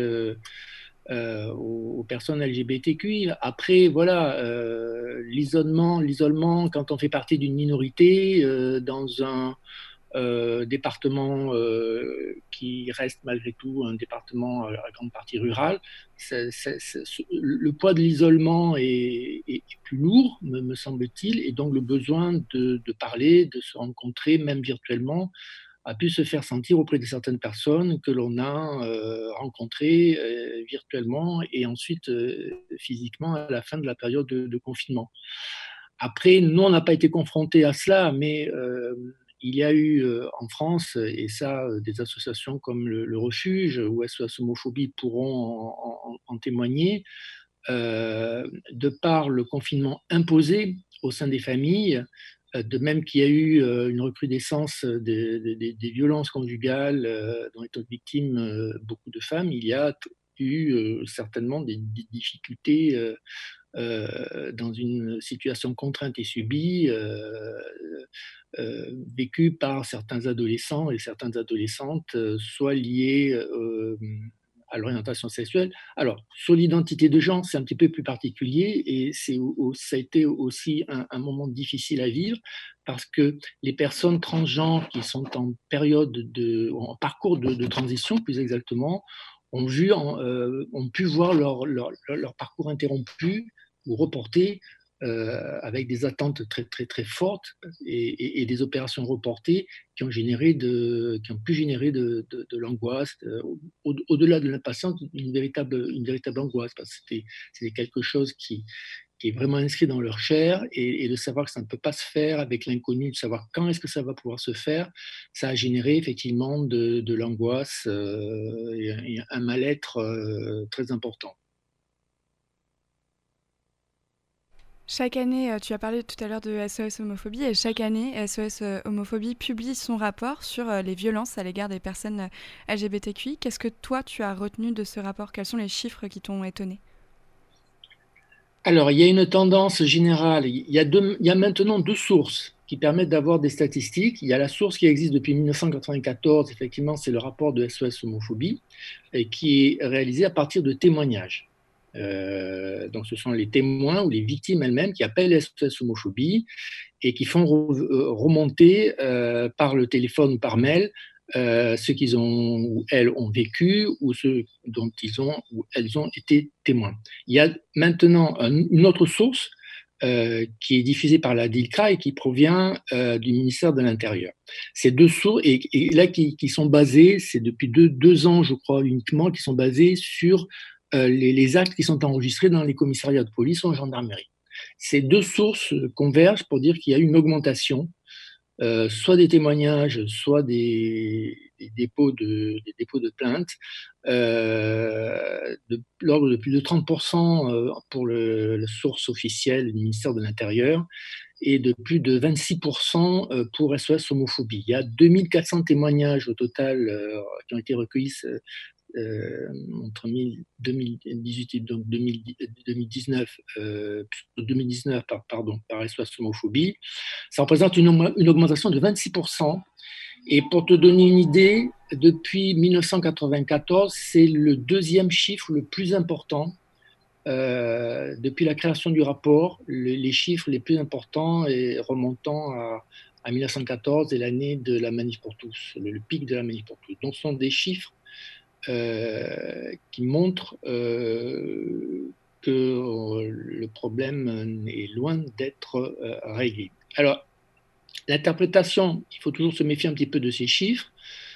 aux personnes LGBTQI. Après, voilà, l'isolement, quand on fait partie d'une minorité dans un département qui reste malgré tout un département à grande partie rural, le poids de l'isolement est plus lourd, me semble-t-il, et donc le besoin de parler, de se rencontrer, même virtuellement, a pu se faire sentir auprès de certaines personnes que l'on a rencontrées virtuellement et ensuite physiquement à la fin de la période de confinement. Après, nous, on n'a pas été confrontés à cela, mais il y a eu en France, et ça, des associations comme le Refuge ou SOS Homophobie pourront en témoigner, de par le confinement imposé au sein des familles, de même qu'il y a eu une recrudescence des violences conjugales dont étaient victimes beaucoup de femmes, il y a eu certainement des difficultés dans une situation contrainte et subie vécue par certains adolescents et certaines adolescentes, soit liées à l'orientation sexuelle. Alors, sur l'identité de genre, c'est un petit peu plus particulier et ça a été aussi un moment difficile à vivre parce que les personnes transgenres qui sont en parcours de transition, plus exactement, ont pu voir leur parcours interrompu ou reporté avec des attentes très, très, très fortes et des opérations reportées qui ont pu générer de l'angoisse, au-delà de l'impatience, une véritable angoisse, parce que c'était quelque chose qui est vraiment inscrit dans leur chair, et de savoir que ça ne peut pas se faire avec l'inconnu, de savoir quand est-ce que ça va pouvoir se faire, ça a généré effectivement de l'angoisse et un mal-être très important. Chaque année, tu as parlé tout à l'heure de SOS Homophobie, et chaque année, SOS Homophobie publie son rapport sur les violences à l'égard des personnes LGBTQI. Qu'est-ce que toi, tu as retenu de ce rapport? Quels sont les chiffres qui t'ont étonné? Alors, il y a une tendance générale. Il y a maintenant deux sources qui permettent d'avoir des statistiques. Il y a la source qui existe depuis 1994, effectivement, c'est le rapport de SOS Homophobie, et qui est réalisé à partir de témoignages. Donc, ce sont les témoins ou les victimes elles-mêmes qui appellent SOS Homophobie et qui font remonter par le téléphone ou par mail ce qu'ils ont ou elles ont vécu ou ce dont ils ont ou elles ont été témoins. Il y a maintenant une autre source qui est diffusée par la DILCRA et qui provient du ministère de l'Intérieur. Ces deux sources, et là qui sont basées, c'est depuis deux ans, je crois, uniquement, qui sont basées sur les actes qui sont enregistrés dans les commissariats de police ou en gendarmerie. Ces deux sources convergent pour dire qu'il y a une augmentation, soit des témoignages, soit des dépôts de plaintes, de l'ordre de plus de 30% pour la source officielle du ministère de l'Intérieur et de plus de 26% pour SOS Homophobie. Il y a 2400 témoignages au total qui ont été recueillis entre 2018 et donc 2019, 2019 par SOS Homophobie. Ça représente une augmentation de 26%. Et pour te donner une idée, depuis 1994, c'est le deuxième chiffre le plus important. Depuis la création du rapport, les chiffres les plus importants et remontant à 1914 et l'année de la Manif pour tous, le pic de la Manif pour tous. Donc, ce sont des chiffres qui montrent que le problème est loin d'être réglé. Alors, l'interprétation, il faut toujours se méfier un petit peu de ces chiffres.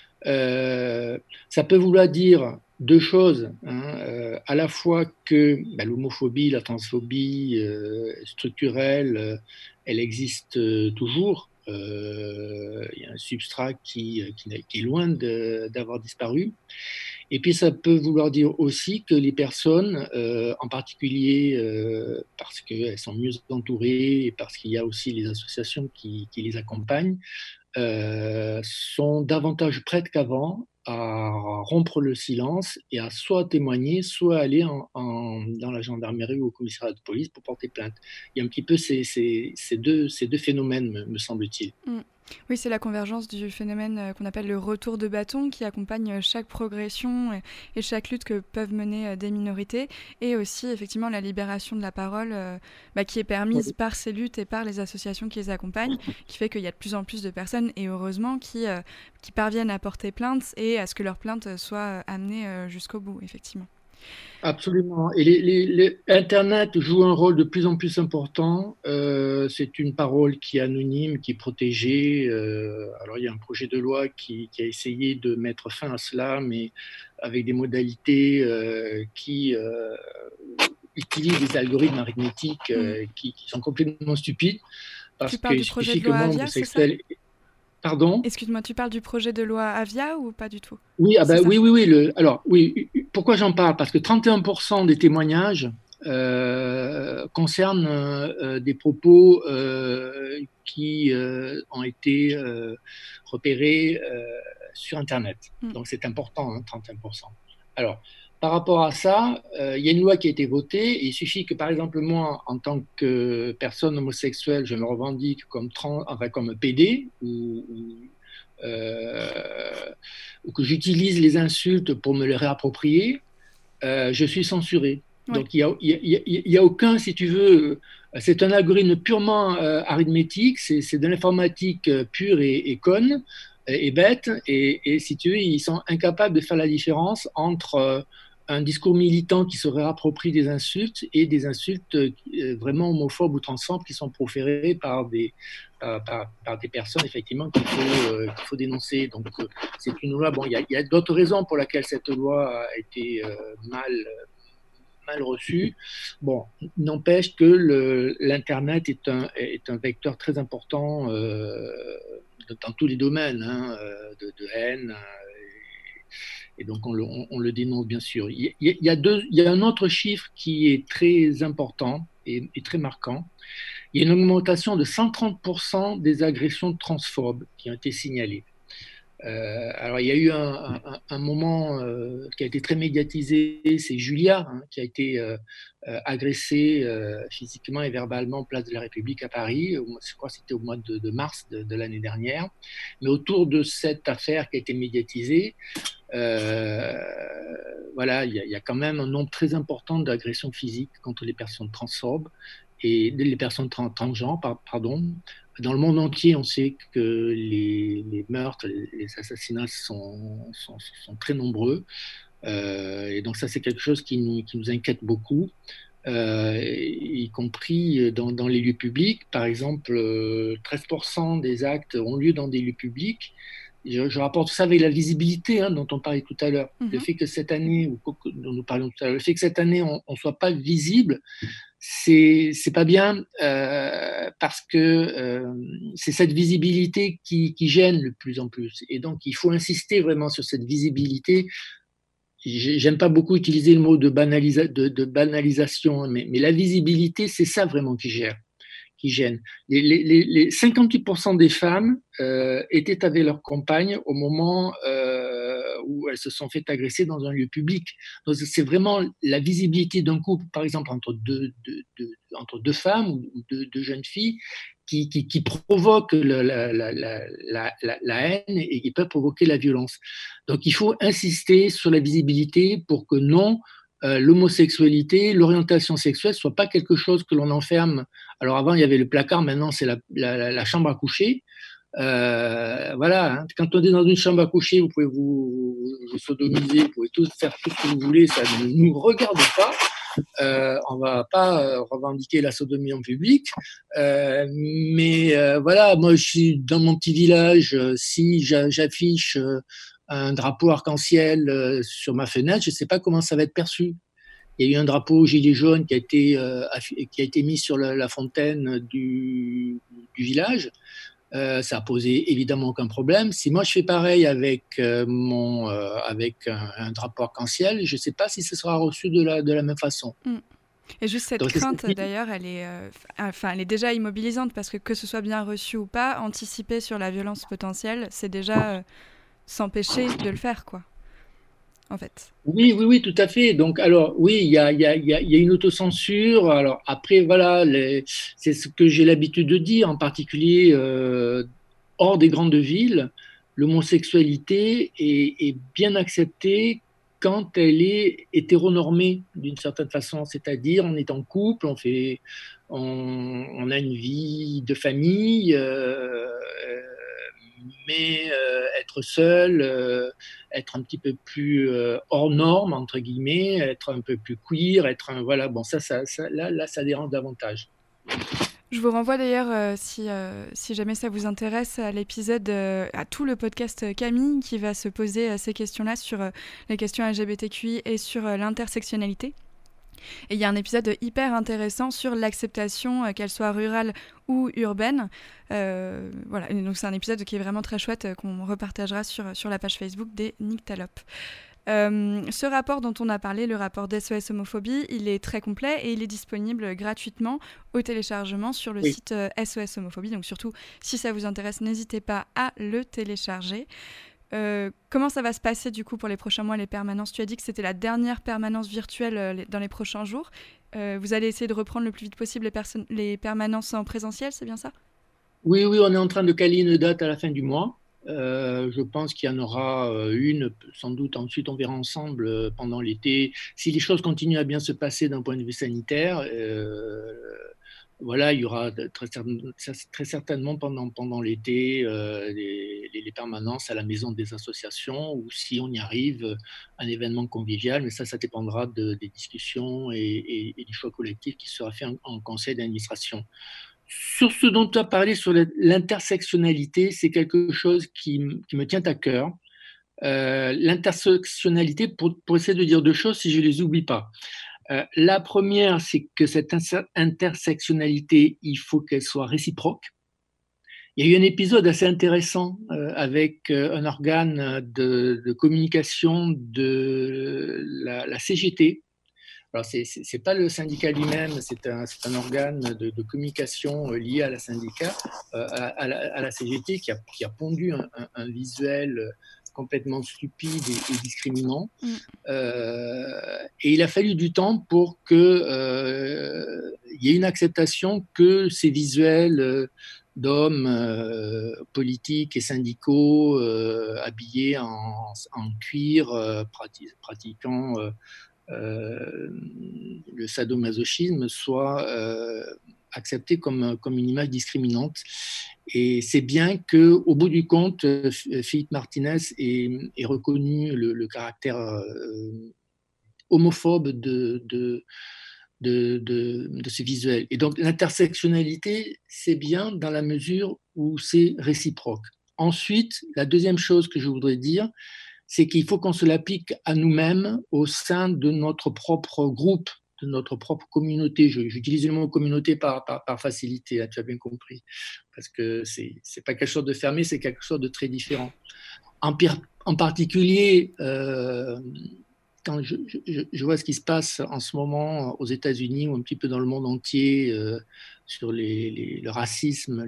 Ça peut vouloir dire deux choses, à la fois que l'homophobie, la transphobie structurelle, elle existe toujours. Il y a un substrat qui est loin d'avoir disparu. Et puis ça peut vouloir dire aussi que les personnes, en particulier parce qu'elles sont mieux entourées et parce qu'il y a aussi les associations qui les accompagnent, sont davantage prêtes qu'avant à rompre le silence et à soit témoigner, soit aller dans la gendarmerie ou au commissariat de police pour porter plainte. Il y a un petit peu ces deux phénomènes, me semble-t-il. Mm. Oui, c'est la convergence du phénomène qu'on appelle le retour de bâton qui accompagne chaque progression et chaque lutte que peuvent mener des minorités, et aussi effectivement la libération de la parole qui est permise par ces luttes et par les associations qui les accompagnent, qui fait qu'il y a de plus en plus de personnes, et heureusement, qui parviennent à porter plainte et à ce que leur plainte soit amenée jusqu'au bout, effectivement. Absolument. Et Internet joue un rôle de plus en plus important. C'est une parole qui est anonyme, qui est protégée. Alors, il y a un projet de loi qui a essayé de mettre fin à cela, mais avec des modalités qui utilisent des algorithmes arithmétiques qui sont complètement stupides. Tu parles du projet de loi Avia, c'est ça ? Pardon ? Excuse-moi, tu parles du projet de loi Avia ou pas du tout ? Oui, oui. Pourquoi j'en parle ? Parce que 31% des témoignages concernent des propos qui ont été repérés sur Internet. Donc c'est important, 31%. Alors, par rapport à ça, il y a une loi qui a été votée, et il suffit que, par exemple, moi, en tant que personne homosexuelle, je me revendique comme PD ou que j'utilise les insultes pour me les réapproprier, je suis censuré. Oui. Donc il y a aucun, si tu veux, c'est un algorithme purement arithmétique, c'est de l'informatique pure et conne et bête, et si tu veux, ils sont incapables de faire la différence entre un discours militant qui se réapproprie des insultes et des insultes vraiment homophobes ou transphobes qui sont proférées par des personnes, effectivement, qu'il faut dénoncer. Donc, c'est une loi. Bon, il y a d'autres raisons pour lesquelles cette loi a été mal reçue. Bon, n'empêche que l'Internet est un vecteur très important dans tous les domaines de haine. Et donc, on le dénonce, bien sûr. Il y a un autre chiffre qui est très important, est très marquant. Il y a une augmentation de 130% des agressions transphobes qui ont été signalées. Alors, il y a eu un moment qui a été très médiatisé, c'est Julia, qui a été agressée physiquement et verbalement place de la République à Paris. Je crois que c'était au mois de mars de l'année dernière. Mais autour de cette affaire qui a été médiatisée, voilà, il y a quand même un nombre très important d'agressions physiques contre les personnes transphobes et les personnes transgenres, pardon. Dans le monde entier, on sait que les meurtres, les assassinats sont très nombreux. Et donc ça, c'est quelque chose qui nous inquiète beaucoup, y compris dans les lieux publics. Par exemple, 13% des actes ont lieu dans des lieux publics. Je rapporte ça avec la visibilité dont on parlait tout à l'heure. Le fait que cette année, dont nous parlions tout à l'heure, le fait que cette année, on ne soit pas visible, c'est pas bien parce que c'est cette visibilité qui gêne de plus en plus. Et donc, il faut insister vraiment sur cette visibilité. J'aime pas beaucoup utiliser le mot de banalisation, mais la visibilité, c'est ça vraiment qui gêne. Les 58% des femmes étaient avec leur compagne au moment où elles se sont fait agresser dans un lieu public. Donc c'est vraiment la visibilité d'un couple, par exemple entre deux femmes ou deux jeunes filles, qui provoque la haine et qui peut provoquer la violence. Donc il faut insister sur la visibilité pour que non, l'homosexualité, l'orientation sexuelle soit pas quelque chose que l'on enferme. Alors avant, il y avait le placard, maintenant c'est la chambre à coucher. Voilà, quand on est dans une chambre à coucher, vous pouvez vous sodomiser, vous pouvez faire tout ce que vous voulez, ça ne nous regarde pas. On va pas revendiquer la sodomie en public, mais voilà, moi je suis dans mon petit village, si j'affiche un drapeau arc-en-ciel sur ma fenêtre, je ne sais pas comment ça va être perçu. Il y a eu un drapeau gilet jaune qui a été mis sur la fontaine du village. Ça a posé évidemment aucun problème. Si moi je fais pareil avec avec un drapeau arc-en-ciel, je ne sais pas si ce sera reçu de la même façon. Et juste cette crainte, d'ailleurs, elle est déjà immobilisante parce que ce soit bien reçu ou pas, anticiper sur la violence potentielle, c'est déjà s'empêcher de le faire, quoi. En fait. Oui, tout à fait. Donc, alors, oui, il y a une autocensure. Alors, après, voilà, c'est ce que j'ai l'habitude de dire, en particulier hors des grandes villes, l'homosexualité est bien acceptée quand elle est hétéronormée d'une certaine façon, c'est-à-dire on est en couple, on a une vie de famille, mais être seul, être un petit peu plus hors norme, entre guillemets, être un peu plus queer, voilà, bon, là, ça dérange davantage. Je vous renvoie d'ailleurs, si jamais ça vous intéresse, à l'épisode, à tout le podcast Camille qui va se poser ces questions-là sur les questions LGBTQI et sur l'intersectionnalité. Et il y a un épisode hyper intéressant sur l'acceptation, qu'elle soit rurale ou urbaine. Voilà, et donc c'est un épisode qui est vraiment très chouette, qu'on repartagera sur la page Facebook des Nyctalopes. Ce rapport dont on a parlé, le rapport d'SOS Homophobie, il est très complet et il est disponible gratuitement au téléchargement sur le site SOS Homophobie. Donc surtout, si ça vous intéresse, n'hésitez pas à le télécharger. Comment ça va se passer du coup pour les prochains mois, les permanences? Tu as dit que c'était la dernière permanence virtuelle dans les prochains jours. Vous allez essayer de reprendre le plus vite possible les permanences en présentiel, c'est bien ça? Oui, on est en train de caler une date à la fin du mois. Je pense qu'il y en aura une, sans doute ensuite on verra ensemble pendant l'été. Si les choses continuent à bien se passer d'un point de vue sanitaire, voilà, il y aura très certainement pendant l'été les permanences à la maison des associations, ou si on y arrive, un événement convivial, mais ça dépendra des discussions et du choix collectif qui sera fait en conseil d'administration. Sur ce dont tu as parlé, sur l'intersectionnalité, c'est quelque chose qui me tient à cœur. L'intersectionnalité, pour essayer de dire deux choses, si je ne les oublie pas. La première, c'est que cette intersectionnalité, il faut qu'elle soit réciproque. Il y a eu un épisode assez intéressant avec un organe de communication de la CGT. Alors, c'est pas le syndicat lui-même, c'est un organe de communication lié à la syndicat, à la CGT, qui a pondu un visuel complètement stupide et discriminant. Et il a fallu du temps pour qu'il y ait une acceptation que ces visuels d'hommes politiques et syndicaux habillés en cuir, pratiquant le sadomasochisme soit accepté comme une image discriminante. Et c'est bien qu'au bout du compte, Philippe Martinez ait reconnu le caractère homophobe de ce visuel. Et donc l'intersectionnalité, c'est bien dans la mesure où c'est réciproque. Ensuite, la deuxième chose que je voudrais dire, c'est qu'il faut qu'on se l'applique à nous-mêmes au sein de notre propre groupe, de notre propre communauté. J'utilise le mot communauté par facilité, là, tu as bien compris, parce que c'est pas quelque chose de fermé, c'est quelque chose de très différent. En particulier, quand je vois ce qui se passe en ce moment aux États-Unis ou un petit peu dans le monde entier sur le racisme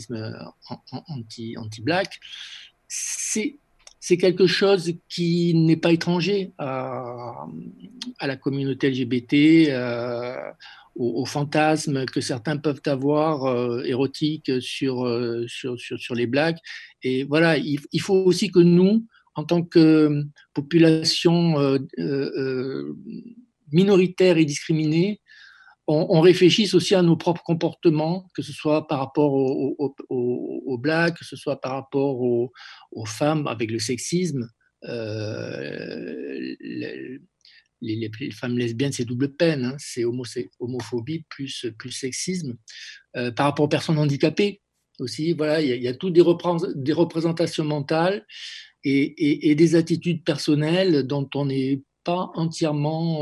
anti-black, c'est quelque chose qui n'est pas étranger à la communauté LGBT, aux fantasmes que certains peuvent avoir érotiques sur les blacks. Et voilà, il faut aussi que nous, en tant que population minoritaire et discriminée, on réfléchisse aussi à nos propres comportements, que ce soit par rapport aux blacks, que ce soit par rapport aux femmes avec le sexisme. Les femmes lesbiennes, c'est double peine, hein, c'est homophobie plus sexisme. Par rapport aux personnes handicapées aussi, voilà, il y a toutes des représentations mentales et des attitudes personnelles dont on n'est pas entièrement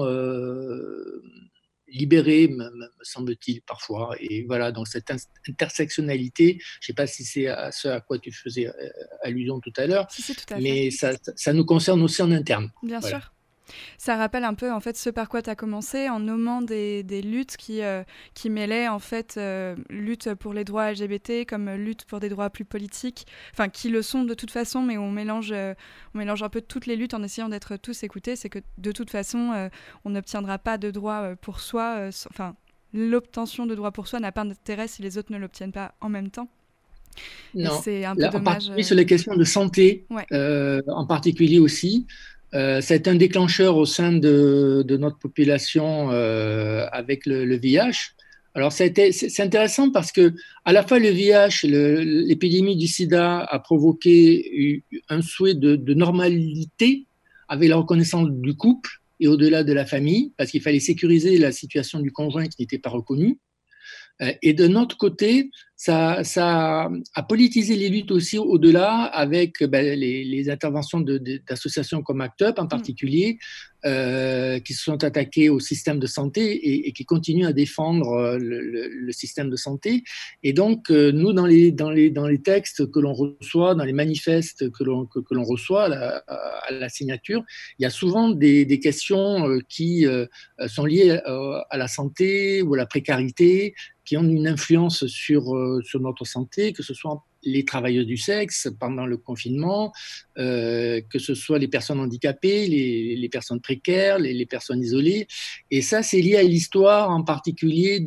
libéré, me semble-t-il, parfois. Et voilà, donc cette intersectionnalité, je ne sais pas si c'est à ce à quoi tu faisais allusion tout à l'heure, si, tout à fait. Mais ça nous concerne aussi en interne. Bien sûr. Ça rappelle un peu en fait ce par quoi tu as commencé en nommant des luttes qui mêlaient en fait lutte pour les droits LGBT comme lutte pour des droits plus politiques, enfin qui le sont de toute façon, mais on mélange un peu toutes les luttes en essayant d'être tous écoutés. C'est que de toute façon on n'obtiendra pas de droits pour soi, enfin l'obtention de droits pour soi n'a pas d'intérêt si les autres ne l'obtiennent pas en même temps. Non, c'est un peu dommage. En particulier sur les questions de santé, ouais. En particulier aussi. Ça a été un déclencheur au sein de notre population avec le VIH. Alors, c'est intéressant parce que à la fois le VIH, l'épidémie du sida a provoqué un souhait de normalité avec la reconnaissance du couple et au-delà de la famille, parce qu'il fallait sécuriser la situation du conjoint qui n'était pas reconnu. Et de notre côté, ça a politisé les luttes aussi au-delà avec les interventions d'associations comme ACT UP en particulier, qui se sont attaquées au système de santé et qui continuent à défendre le système de santé. Et donc, nous, dans les textes que l'on reçoit, dans les manifestes que l'on reçoit à la signature, il y a souvent des questions qui sont liées à la santé ou à la précarité, qui ont une influence sur notre santé, que ce soit les travailleuses du sexe pendant le confinement, que ce soit les personnes handicapées, les personnes précaires, les personnes isolées. Et ça, c'est lié à l'histoire, en particulier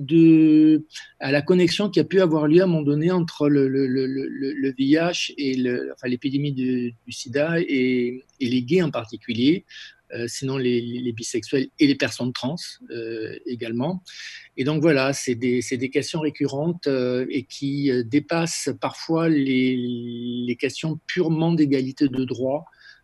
à la connexion qui a pu avoir lieu à un moment donné entre le VIH et l'épidémie du sida et les gays en particulier. Sinon les bisexuels et les personnes trans également. Et donc voilà, c'est des questions récurrentes et qui dépassent parfois les questions purement d'égalité de droit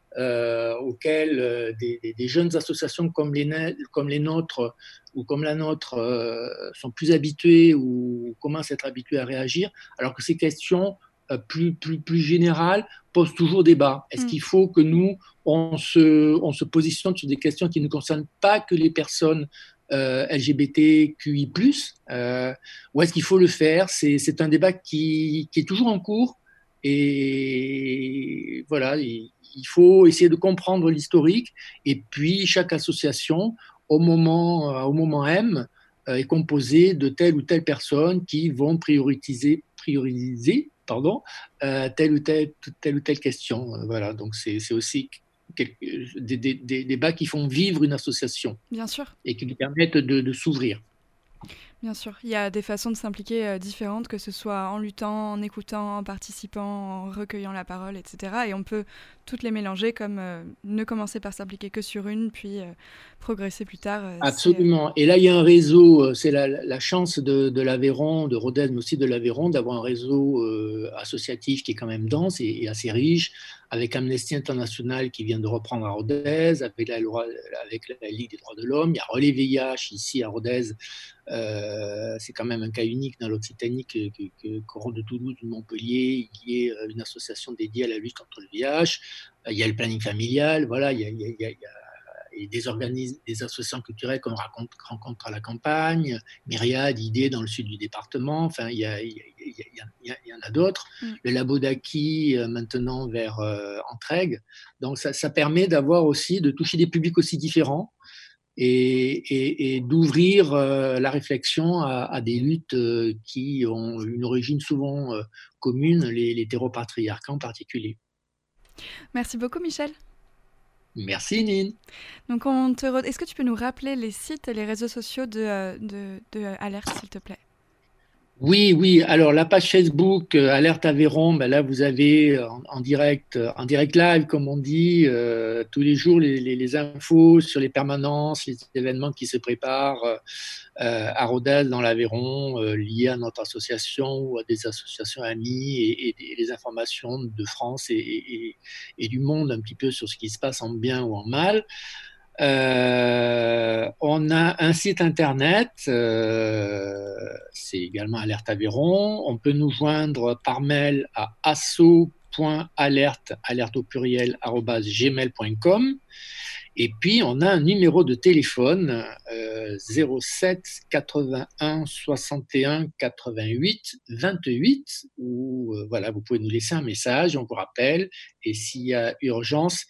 auxquelles des jeunes associations comme les nôtres ou comme la nôtre sont plus habituées ou commencent à être habituées à réagir, alors que ces questions plus générales posent toujours débat. Est-ce qu'il faut que nous, on se positionne sur des questions qui ne concernent pas que les personnes LGBTQI+, ou est-ce qu'il faut le faire? C'est un débat qui est toujours en cours et voilà, il faut essayer de comprendre l'historique et puis chaque association au moment M est composé de telle ou telle personne qui vont prioriser telle ou telle question. Voilà, donc c'est aussi des débats qui font vivre une association. Bien sûr. Et qui lui permettent de s'ouvrir. Bien sûr, il y a des façons de s'impliquer différentes, que ce soit en luttant, en écoutant, en participant, en recueillant la parole, etc. Et on peut toutes les mélanger, comme ne commencer par s'impliquer que sur une, puis progresser plus tard. Absolument. Et là, il y a un réseau, c'est la chance de l'Aveyron, de Rodez, mais aussi de l'Aveyron, d'avoir un réseau associatif qui est quand même dense et assez riche, avec Amnesty International qui vient de reprendre à Rodez, avec la Ligue des droits de l'homme, il y a Relais VIH ici à Rodez. C'est quand même un cas unique dans l'Occitanie qu'au de Toulouse ou de Montpellier, il y ait une association dédiée à la lutte contre le VIH. Il y a le planning familial, voilà, il y a des associations culturelles comme Rencontre à la campagne, Myriade, Idées dans le sud du département, enfin, il y en a d'autres. Le Labo d'Aki, maintenant vers Entraigues. Donc, ça permet d'avoir aussi, de toucher des publics aussi différents et d'ouvrir la réflexion à des luttes qui ont une origine souvent commune, les hétéropatriarcats en particulier. Merci beaucoup, Michel. Merci, Nine. Donc, est-ce que tu peux nous rappeler les sites et les réseaux sociaux de Alerte, s'il te plaît? Oui. Alors, la page Facebook Alerte Aveyron, ben là, vous avez en direct live, comme on dit, tous les jours les infos sur les permanences, les événements qui se préparent à Rodez, dans l'Aveyron, liés à notre association ou à des associations amies et les informations de France et du monde un petit peu sur ce qui se passe en bien ou en mal. On a un site internet, c'est également Alerte Aveyron. On peut nous joindre par mail à asso.alerte, alerte au pluriel, @gmail.com. Et puis, on a un numéro de téléphone 07 81 61 88 28 où voilà, vous pouvez nous laisser un message, on vous rappelle. Et s'il y a urgence,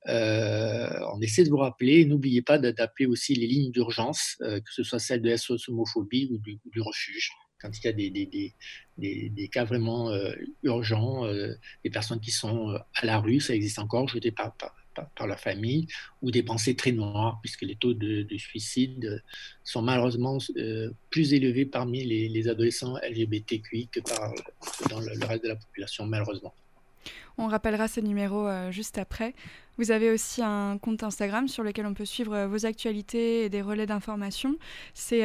on essaie de vous rappeler. N'oubliez pas d'appeler aussi les lignes d'urgence, que ce soit celle de SOS Homophobie ou du refuge, quand il y a des cas vraiment urgents, des personnes qui sont à la rue, ça existe encore, jetées par la famille, ou des pensées très noires, puisque les taux de suicide sont malheureusement plus élevés parmi les adolescents LGBTQI que dans le reste de la population, malheureusement. On rappellera ces numéros juste après. Vous avez aussi un compte Instagram sur lequel on peut suivre vos actualités et des relais d'information. C'est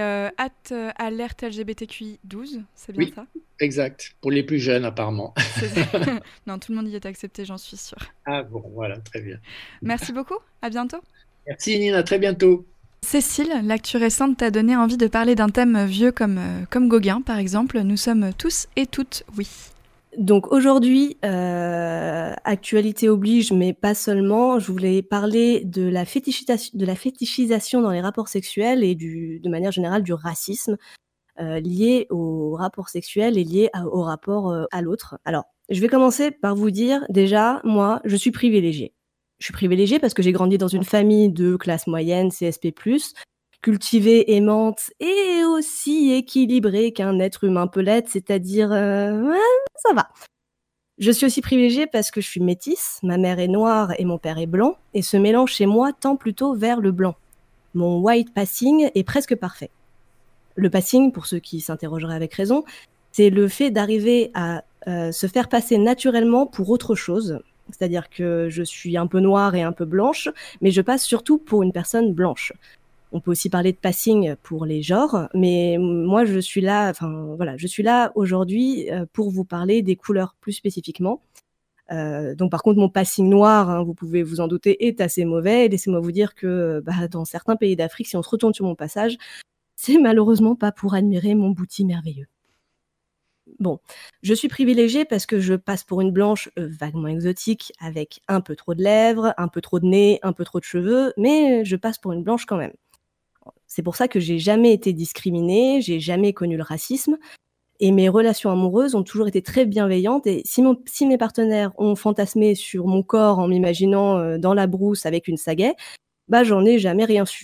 @alertelgbtqi12, c'est bien ça? Exact. Pour les plus jeunes, apparemment. Non, tout le monde y est accepté, j'en suis sûre. Ah bon, voilà, très bien. Merci beaucoup, à bientôt. Merci Nina, à très bientôt. Cécile, l'actu récente t'a donné envie de parler d'un thème vieux comme Gauguin, par exemple. Nous sommes tous et toutes oui. Donc aujourd'hui, actualité oblige, mais pas seulement, je voulais parler de la fétichisation dans les rapports sexuels et de manière générale du racisme lié au rapport sexuel et lié au rapport à l'autre. Alors, je vais commencer par vous dire, déjà, moi, je suis privilégiée. Je suis privilégiée parce que j'ai grandi dans une famille de classe moyenne, CSP+, cultivée, aimante et aussi équilibrée qu'un être humain peut l'être, c'est-à-dire, ça va. Je suis aussi privilégiée parce que je suis métisse, ma mère est noire et mon père est blanc, et ce mélange chez moi tend plutôt vers le blanc. Mon white passing est presque parfait. Le passing, pour ceux qui s'interrogeraient avec raison, c'est le fait d'arriver à se faire passer naturellement pour autre chose. C'est-à-dire que je suis un peu noire et un peu blanche, mais je passe surtout pour une personne blanche. On peut aussi parler de passing pour les genres, mais moi je suis là aujourd'hui pour vous parler des couleurs plus spécifiquement. Donc par contre mon passing noir, hein, vous pouvez vous en douter, est assez mauvais. Laissez-moi vous dire que dans certains pays d'Afrique, si on se retourne sur mon passage, c'est malheureusement pas pour admirer mon bouti merveilleux. Bon, je suis privilégiée parce que je passe pour une blanche vaguement exotique, avec un peu trop de lèvres, un peu trop de nez, un peu trop de cheveux, mais je passe pour une blanche quand même. C'est pour ça que j'ai jamais été discriminée, j'ai jamais connu le racisme, et mes relations amoureuses ont toujours été très bienveillantes, et si mes partenaires ont fantasmé sur mon corps en m'imaginant dans la brousse avec une sagaie, j'en ai jamais rien su.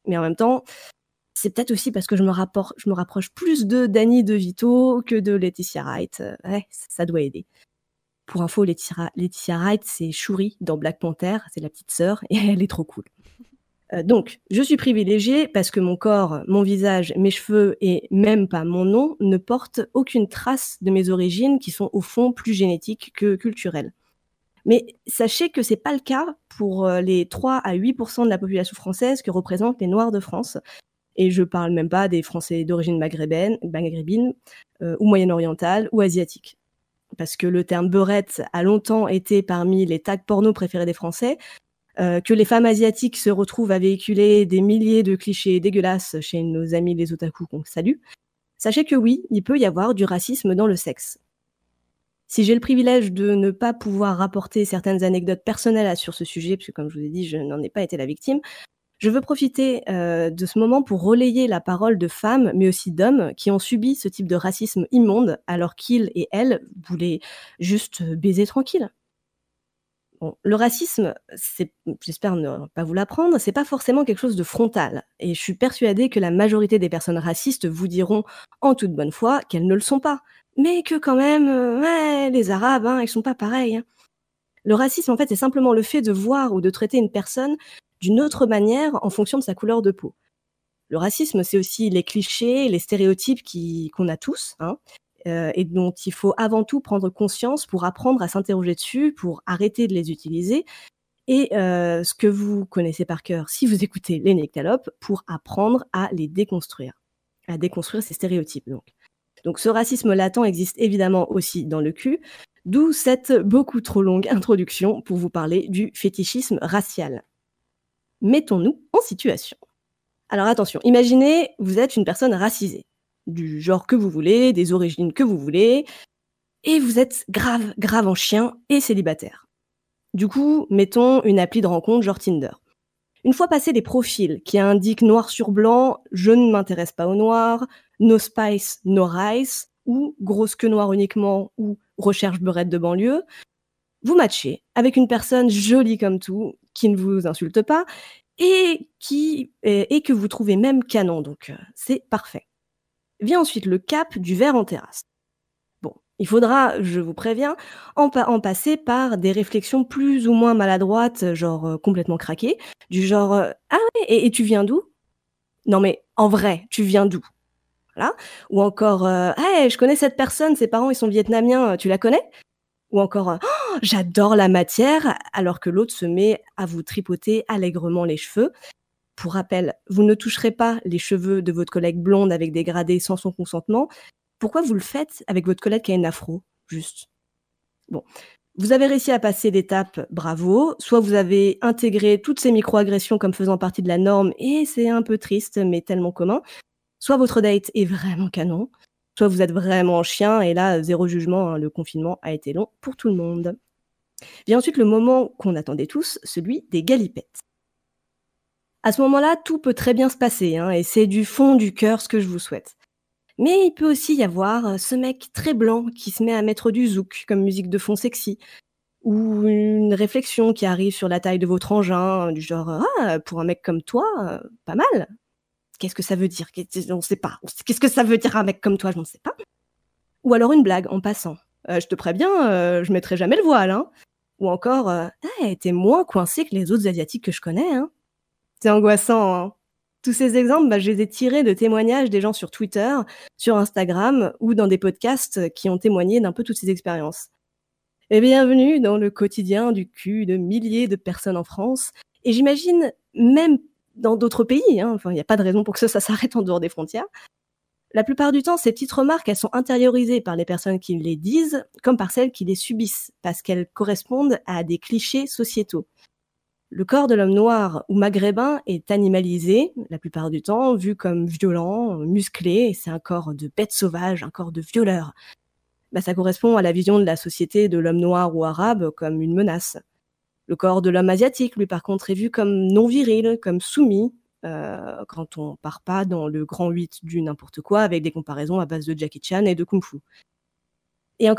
Mais en même temps, c'est peut-être aussi parce que je me rapproche plus de Danny DeVito que de Letitia Wright. Ouais, ça doit aider. Pour info, Letitia Wright, c'est Shuri dans Black Panther, c'est la petite sœur, et elle est trop cool. Donc, je suis privilégiée parce que mon corps, mon visage, mes cheveux et même pas mon nom ne portent aucune trace de mes origines qui sont au fond plus génétiques que culturelles. Mais sachez que c'est pas le cas pour les 3 à 8% de la population française que représentent les Noirs de France. Et je parle même pas des Français d'origine maghrébine ou moyen-orientale ou asiatique. Parce que le terme beurette a longtemps été parmi les tags porno préférés des Français, que les femmes asiatiques se retrouvent à véhiculer des milliers de clichés dégueulasses chez nos amis les otaku qu'on salue. Sachez que oui, il peut y avoir du racisme dans le sexe. Si j'ai le privilège de ne pas pouvoir rapporter certaines anecdotes personnelles sur ce sujet, puisque comme je vous ai dit, je n'en ai pas été la victime, je veux profiter de ce moment pour relayer la parole de femmes, mais aussi d'hommes, qui ont subi ce type de racisme immonde, alors qu'ils et elles voulaient juste baiser tranquille. Bon, le racisme, j'espère ne pas vous l'apprendre, c'est pas forcément quelque chose de frontal. Et je suis persuadée que la majorité des personnes racistes vous diront en toute bonne foi qu'elles ne le sont pas. Mais que quand même, ouais, les Arabes, ils sont pas pareils. Le racisme, en fait, c'est simplement le fait de voir ou de traiter une personne d'une autre manière en fonction de sa couleur de peau. Le racisme, c'est aussi les clichés, les stéréotypes qu'on a tous, et dont il faut avant tout prendre conscience pour apprendre à s'interroger dessus, pour arrêter de les utiliser, et ce que vous connaissez par cœur si vous écoutez les Nyctalopes, pour apprendre à les déconstruire, à déconstruire ces stéréotypes. Donc ce racisme latent existe évidemment aussi dans le cul, d'où cette beaucoup trop longue introduction pour vous parler du fétichisme racial. Mettons-nous en situation. Alors attention, imaginez, vous êtes une personne racisée, du genre que vous voulez, des origines que vous voulez, et vous êtes grave en chien et célibataire. Du coup, mettons une appli de rencontre genre Tinder. Une fois passés les profils qui indiquent noir sur blanc « je ne m'intéresse pas au noir »,« no spice, no rice » ou « grosse queue noire uniquement » ou « recherche beurette de banlieue », vous matchez avec une personne jolie comme tout, qui ne vous insulte pas, et que vous trouvez même canon, donc c'est parfait. Vient ensuite le cap du verre en terrasse. Bon, il faudra, je vous préviens, en passer par des réflexions plus ou moins maladroites, genre complètement craquées, du genre ah ouais, et tu viens d'où ? Non mais en vrai, tu viens d'où ? Voilà. Ou encore hey, je connais cette personne, ses parents ils sont vietnamiens, tu la connais ? Ou encore oh, j'adore la matière, alors que l'autre se met à vous tripoter allègrement les cheveux. Pour rappel, vous ne toucherez pas les cheveux de votre collègue blonde avec des gradés sans son consentement. Pourquoi vous le faites avec votre collègue qui a une afro, juste ? Bon, vous avez réussi à passer l'étape, bravo. Soit vous avez intégré toutes ces micro-agressions comme faisant partie de la norme, et c'est un peu triste, mais tellement commun. Soit votre date est vraiment canon, soit vous êtes vraiment chien, et là, zéro jugement, le confinement a été long pour tout le monde. Vient ensuite le moment qu'on attendait tous, celui des galipettes. À ce moment-là, tout peut très bien se passer, et c'est du fond du cœur ce que je vous souhaite. Mais il peut aussi y avoir ce mec très blanc qui se met à mettre du zouk comme musique de fond sexy, ou une réflexion qui arrive sur la taille de votre engin, du genre « Ah, pour un mec comme toi, pas mal !» Qu'est-ce que ça veut dire ? On ne sait pas. Qu'est-ce que ça veut dire un mec comme toi ? Je ne sais pas. Ou alors une blague en passant. Je te préviens, je mettrai jamais le voile. Ou encore hey, t'es moins coincé que les autres asiatiques que je connais. C'est angoissant. Tous ces exemples, je les ai tirés de témoignages des gens sur Twitter, sur Instagram ou dans des podcasts qui ont témoigné d'un peu toutes ces expériences. Et bienvenue dans le quotidien du cul de milliers de personnes en France. Et j'imagine même dans d'autres pays, il n'y a pas de raison pour que ça s'arrête en dehors des frontières. La plupart du temps, ces petites remarques, elles sont intériorisées par les personnes qui les disent, comme par celles qui les subissent, parce qu'elles correspondent à des clichés sociétaux. Le corps de l'homme noir ou maghrébin est animalisé, la plupart du temps, vu comme violent, musclé, et c'est un corps de bête sauvage, un corps de violeur. Ça correspond à la vision de la société de l'homme noir ou arabe comme une menace. Le corps de l'homme asiatique, lui, par contre, est vu comme non viril, comme soumis, quand on part pas dans le grand 8 du n'importe quoi avec des comparaisons à base de Jackie Chan et de Kung Fu. Et encore,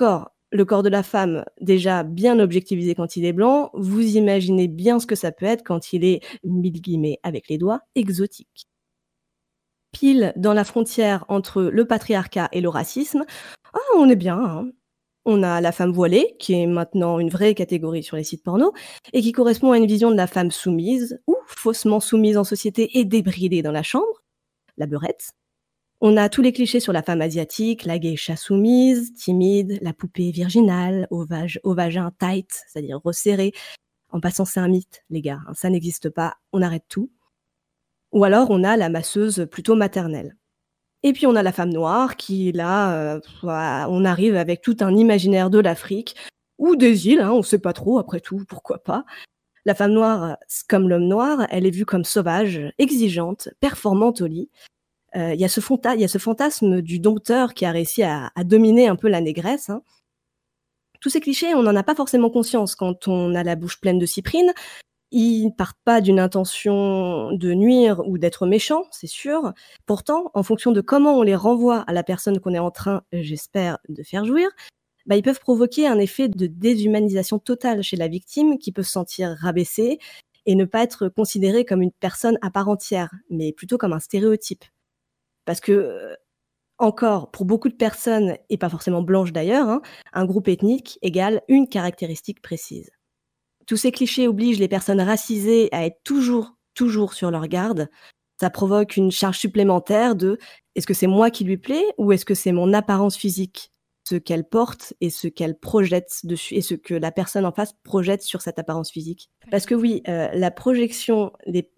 le corps de la femme, déjà bien objectivisé quand il est blanc, vous imaginez bien ce que ça peut être quand il est, mille guillemets avec les doigts, exotique. Pile dans la frontière entre le patriarcat et le racisme, ah, on est bien, hein. On a la femme voilée, qui est maintenant une vraie catégorie sur les sites porno, et qui correspond à une vision de la femme soumise, ou faussement soumise en société et débridée dans la chambre, la beurette. On a tous les clichés sur la femme asiatique, la geisha soumise, timide, la poupée virginale, au vagin tight, c'est-à-dire resserré. En passant, c'est un mythe, les gars, hein, ça n'existe pas, on arrête tout. Ou alors, on a la masseuse plutôt maternelle. Et puis, on a la femme noire qui, là, on arrive avec tout un imaginaire de l'Afrique ou des îles, hein, on ne sait pas trop, après tout, pourquoi pas. La femme noire, comme l'homme noir, elle est vue comme sauvage, exigeante, performante au lit. Il y a ce fantasme du dompteur qui a réussi à dominer un peu la négresse, hein. Tous ces clichés, on n'en a pas forcément conscience quand on a la bouche pleine de cyprine. Ils partent pas d'une intention de nuire ou d'être méchant, c'est sûr. Pourtant, en fonction de comment on les renvoie à la personne qu'on est en train, j'espère, de faire jouir, ils peuvent provoquer un effet de déshumanisation totale chez la victime qui peut se sentir rabaissée et ne pas être considérée comme une personne à part entière, mais plutôt comme un stéréotype. Parce que, encore, pour beaucoup de personnes, et pas forcément blanches d'ailleurs, hein, un groupe ethnique égale une caractéristique précise. Tous ces clichés obligent les personnes racisées à être toujours sur leur garde. Ça provoque une charge supplémentaire de: est-ce que c'est moi qui lui plais ou est-ce que c'est mon apparence physique? Ce qu'elle porte et ce qu'elle projette dessus et ce que la personne en face projette sur cette apparence physique. Parce que oui, la projection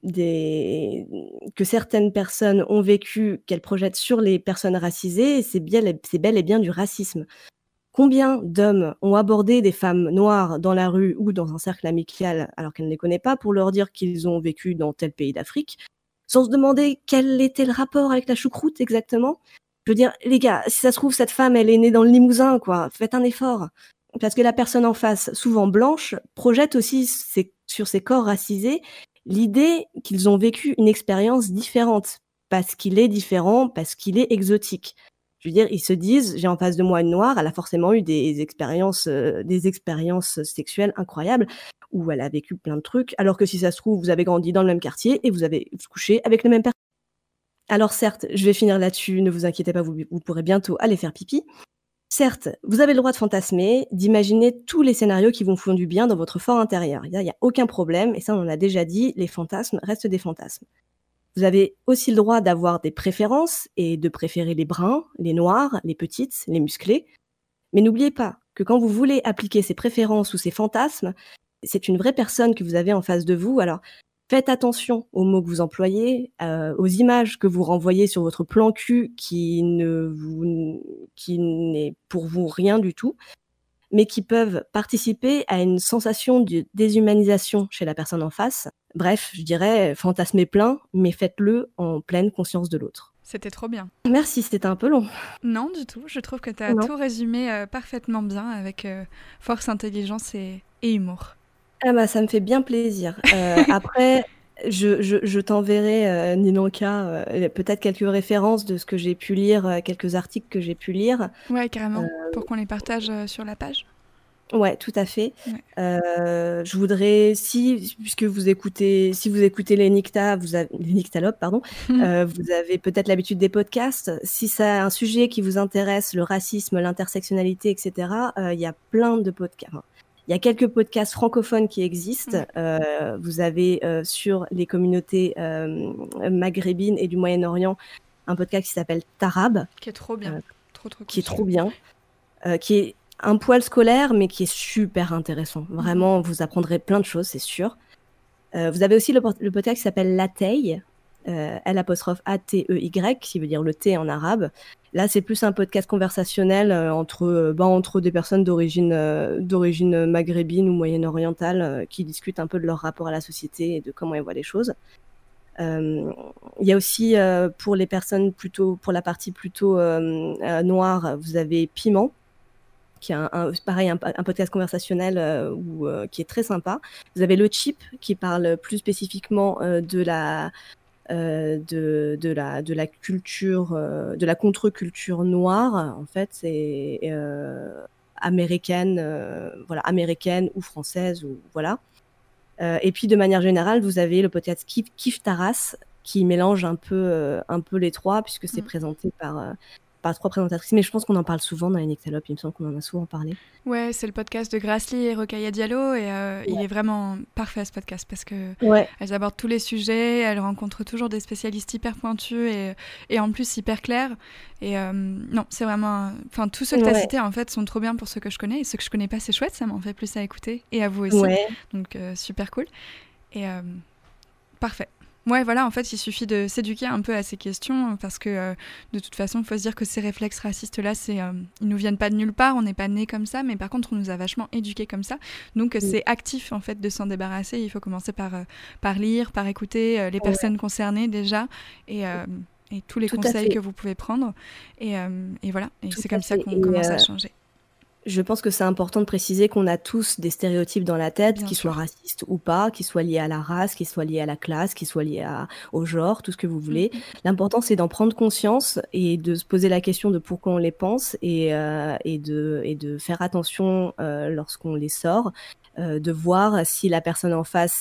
que certaines personnes ont vécue, qu'elles projettent sur les personnes racisées, c'est bel et bien du racisme. Combien d'hommes ont abordé des femmes noires dans la rue ou dans un cercle amical alors qu'elles ne les connaissent pas pour leur dire qu'ils ont vécu dans tel pays d'Afrique, sans se demander quel était le rapport avec la choucroute exactement? Je veux dire, les gars, si ça se trouve, cette femme, elle est née dans le Limousin, quoi. Faites un effort. Parce que la personne en face, souvent blanche, projette aussi sur ses corps racisés l'idée qu'ils ont vécu une expérience différente. Parce qu'il est différent, parce qu'il est exotique. Je veux dire, ils se disent: j'ai en face de moi une noire, elle a forcément eu des expériences sexuelles incroyables, où elle a vécu plein de trucs, alors que si ça se trouve, vous avez grandi dans le même quartier et vous avez couché avec les mêmes personnes. Alors certes, je vais finir là-dessus, ne vous inquiétez pas, vous pourrez bientôt aller faire pipi. Certes, vous avez le droit de fantasmer, d'imaginer tous les scénarios qui vous font du bien dans votre fort intérieur. Il y a aucun problème, et ça on en a déjà dit, les fantasmes restent des fantasmes. Vous avez aussi le droit d'avoir des préférences et de préférer les bruns, les noirs, les petites, les musclés. Mais n'oubliez pas que quand vous voulez appliquer ces préférences ou ces fantasmes, c'est une vraie personne que vous avez en face de vous. Alors, faites attention aux mots que vous employez, aux images que vous renvoyez sur votre plan cul qui n'est pour vous rien du tout, mais qui peuvent participer à une sensation de déshumanisation chez la personne en face. Bref, je dirais, fantasmez plein, mais faites-le en pleine conscience de l'autre. C'était trop bien. Merci, c'était un peu long. Non, du tout. Je trouve que tu as tout résumé parfaitement bien, avec force, intelligence et humour. Ah ça me fait bien plaisir. Après, je t'enverrai, Ninanka, peut-être quelques références de ce que j'ai pu lire, quelques articles que j'ai pu lire. Ouais, carrément, pour qu'on les partage sur la page. Ouais, tout à fait. Ouais. Je voudrais, si vous écoutez les Nyctalopes, pardon, vous avez peut-être l'habitude des podcasts. Si c'est un sujet qui vous intéresse, le racisme, l'intersectionnalité, etc., il y a plein de podcasts. Il y a quelques podcasts francophones qui existent. Vous avez sur les communautés maghrébines et du Moyen-Orient un podcast qui s'appelle Tarab. Qui est trop bien. Qui est trop bien. Qui est un poil scolaire, mais qui est super intéressant. Vraiment, vous apprendrez plein de choses, c'est sûr. Vous avez aussi le podcast qui s'appelle L'Atey, L'Atey, qui veut dire le thé en arabe. Là, c'est plus un podcast conversationnel entre des personnes d'origine maghrébine ou moyen-orientale qui discutent un peu de leur rapport à la société et de comment ils voient les choses. Il y a aussi, pour les personnes pour la partie plutôt noire, vous avez Piment, qui est pareil, un podcast conversationnel qui est très sympa. Vous avez le Chip, qui parle plus spécifiquement de la culture, de la contre-culture noire. En fait, c'est américaine, américaine ou française, ou voilà. Et puis de manière générale, vous avez le podcast Kif Taras qui mélange un peu les trois, puisque c'est présenté par 3 présentatrices. Mais je pense qu'on en parle souvent dans les Nyctalopes, il me semble qu'on en a souvent parlé. Ouais, c'est le podcast de Grassley et Rokhaya Diallo, et il est vraiment parfait ce podcast, parce que elles abordent tous les sujets, elles rencontrent toujours des spécialistes hyper pointus et en plus hyper clairs. Et non, c'est vraiment... Enfin, tous ceux que tu as cités, en fait, sont trop bien pour ceux que je connais, et ceux que je connais pas, c'est chouette, ça m'en fait plus à écouter, et à vous aussi. Donc, super cool. Et parfait. Ouais, voilà, en fait, il suffit de s'éduquer un peu à ces questions, parce que de toute façon, il faut se dire que ces réflexes racistes-là, ils nous viennent pas de nulle part, on n'est pas nés comme ça, mais par contre, on nous a vachement éduqués comme ça. Donc, c'est actif, en fait, de s'en débarrasser. Il faut commencer par lire, par écouter les personnes concernées déjà, et tous les conseils que vous pouvez prendre. Et voilà, et c'est comme ça qu'on commence à changer. Je pense que c'est important de préciser qu'on a tous des stéréotypes dans la tête, qu'ils soient racistes ou pas, qu'ils soient liés à la race, qu'ils soient liés à la classe, qu'ils soient liés au genre, tout ce que vous voulez. L'important, c'est d'en prendre conscience et de se poser la question de pourquoi on les pense, et de faire attention lorsqu'on les sort, de voir si la personne en face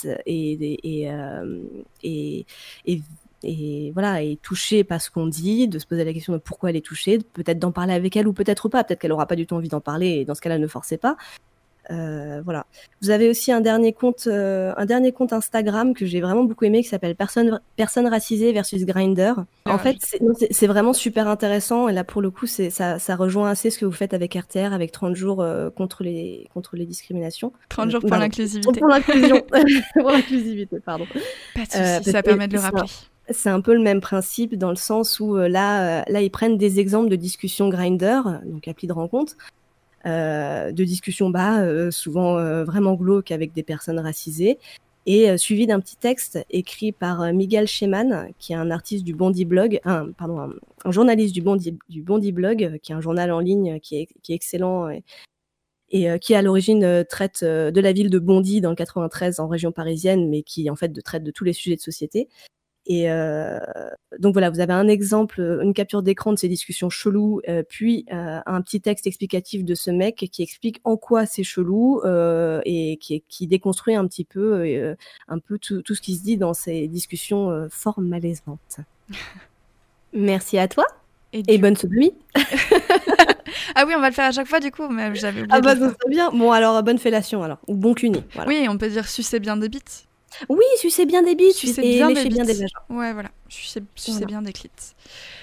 est touchée par ce qu'on dit, de se poser la question de pourquoi elle est touchée, peut-être d'en parler avec elle ou peut-être pas, peut-être qu'elle aura pas du tout envie d'en parler, et dans ce cas-là, ne forcez pas. Voilà. Vous avez aussi un dernier compte Instagram que j'ai vraiment beaucoup aimé, qui s'appelle Personne racisée versus Grindr. En fait, c'est vraiment super intéressant, et là pour le coup, ça rejoint assez ce que vous faites avec RTR, avec 30 jours contre les discriminations. 30 jours pour l'inclusivité. Pour l'inclusion. Pour l'inclusivité, pardon. Pas de soucis, ça permet de le rappeler. C'est un peu le même principe, dans le sens où là, ils prennent des exemples de discussions Grindr, donc appli de rencontre, de discussions souvent vraiment glauques avec des personnes racisées, et suivi d'un petit texte écrit par Miguel Sheman, qui est un artiste du Bondi Blog, un journaliste du Bondi Blog, qui est un journal en ligne qui est excellent, et qui à l'origine traite de la ville de Bondy dans le 93 en région parisienne, mais qui en fait traite de tous les sujets de société. Et donc voilà, vous avez un exemple, une capture d'écran de ces discussions cheloues, puis un petit texte explicatif de ce mec qui explique en quoi c'est chelou, et qui déconstruit un petit peu, tout ce qui se dit dans ces discussions fort malaisantes. Merci à toi, et bonne sodomie. Ah oui, on va le faire à chaque fois du coup, mais j'avais oublié. Ça serait bien. Bon alors, bonne fellation alors, ou bon cuni. Voilà. Oui, on peut dire sucer bien des bites. Oui, sucer bien des bites, et lécher bien des vagins. Ouais, voilà, sucer bien des clits.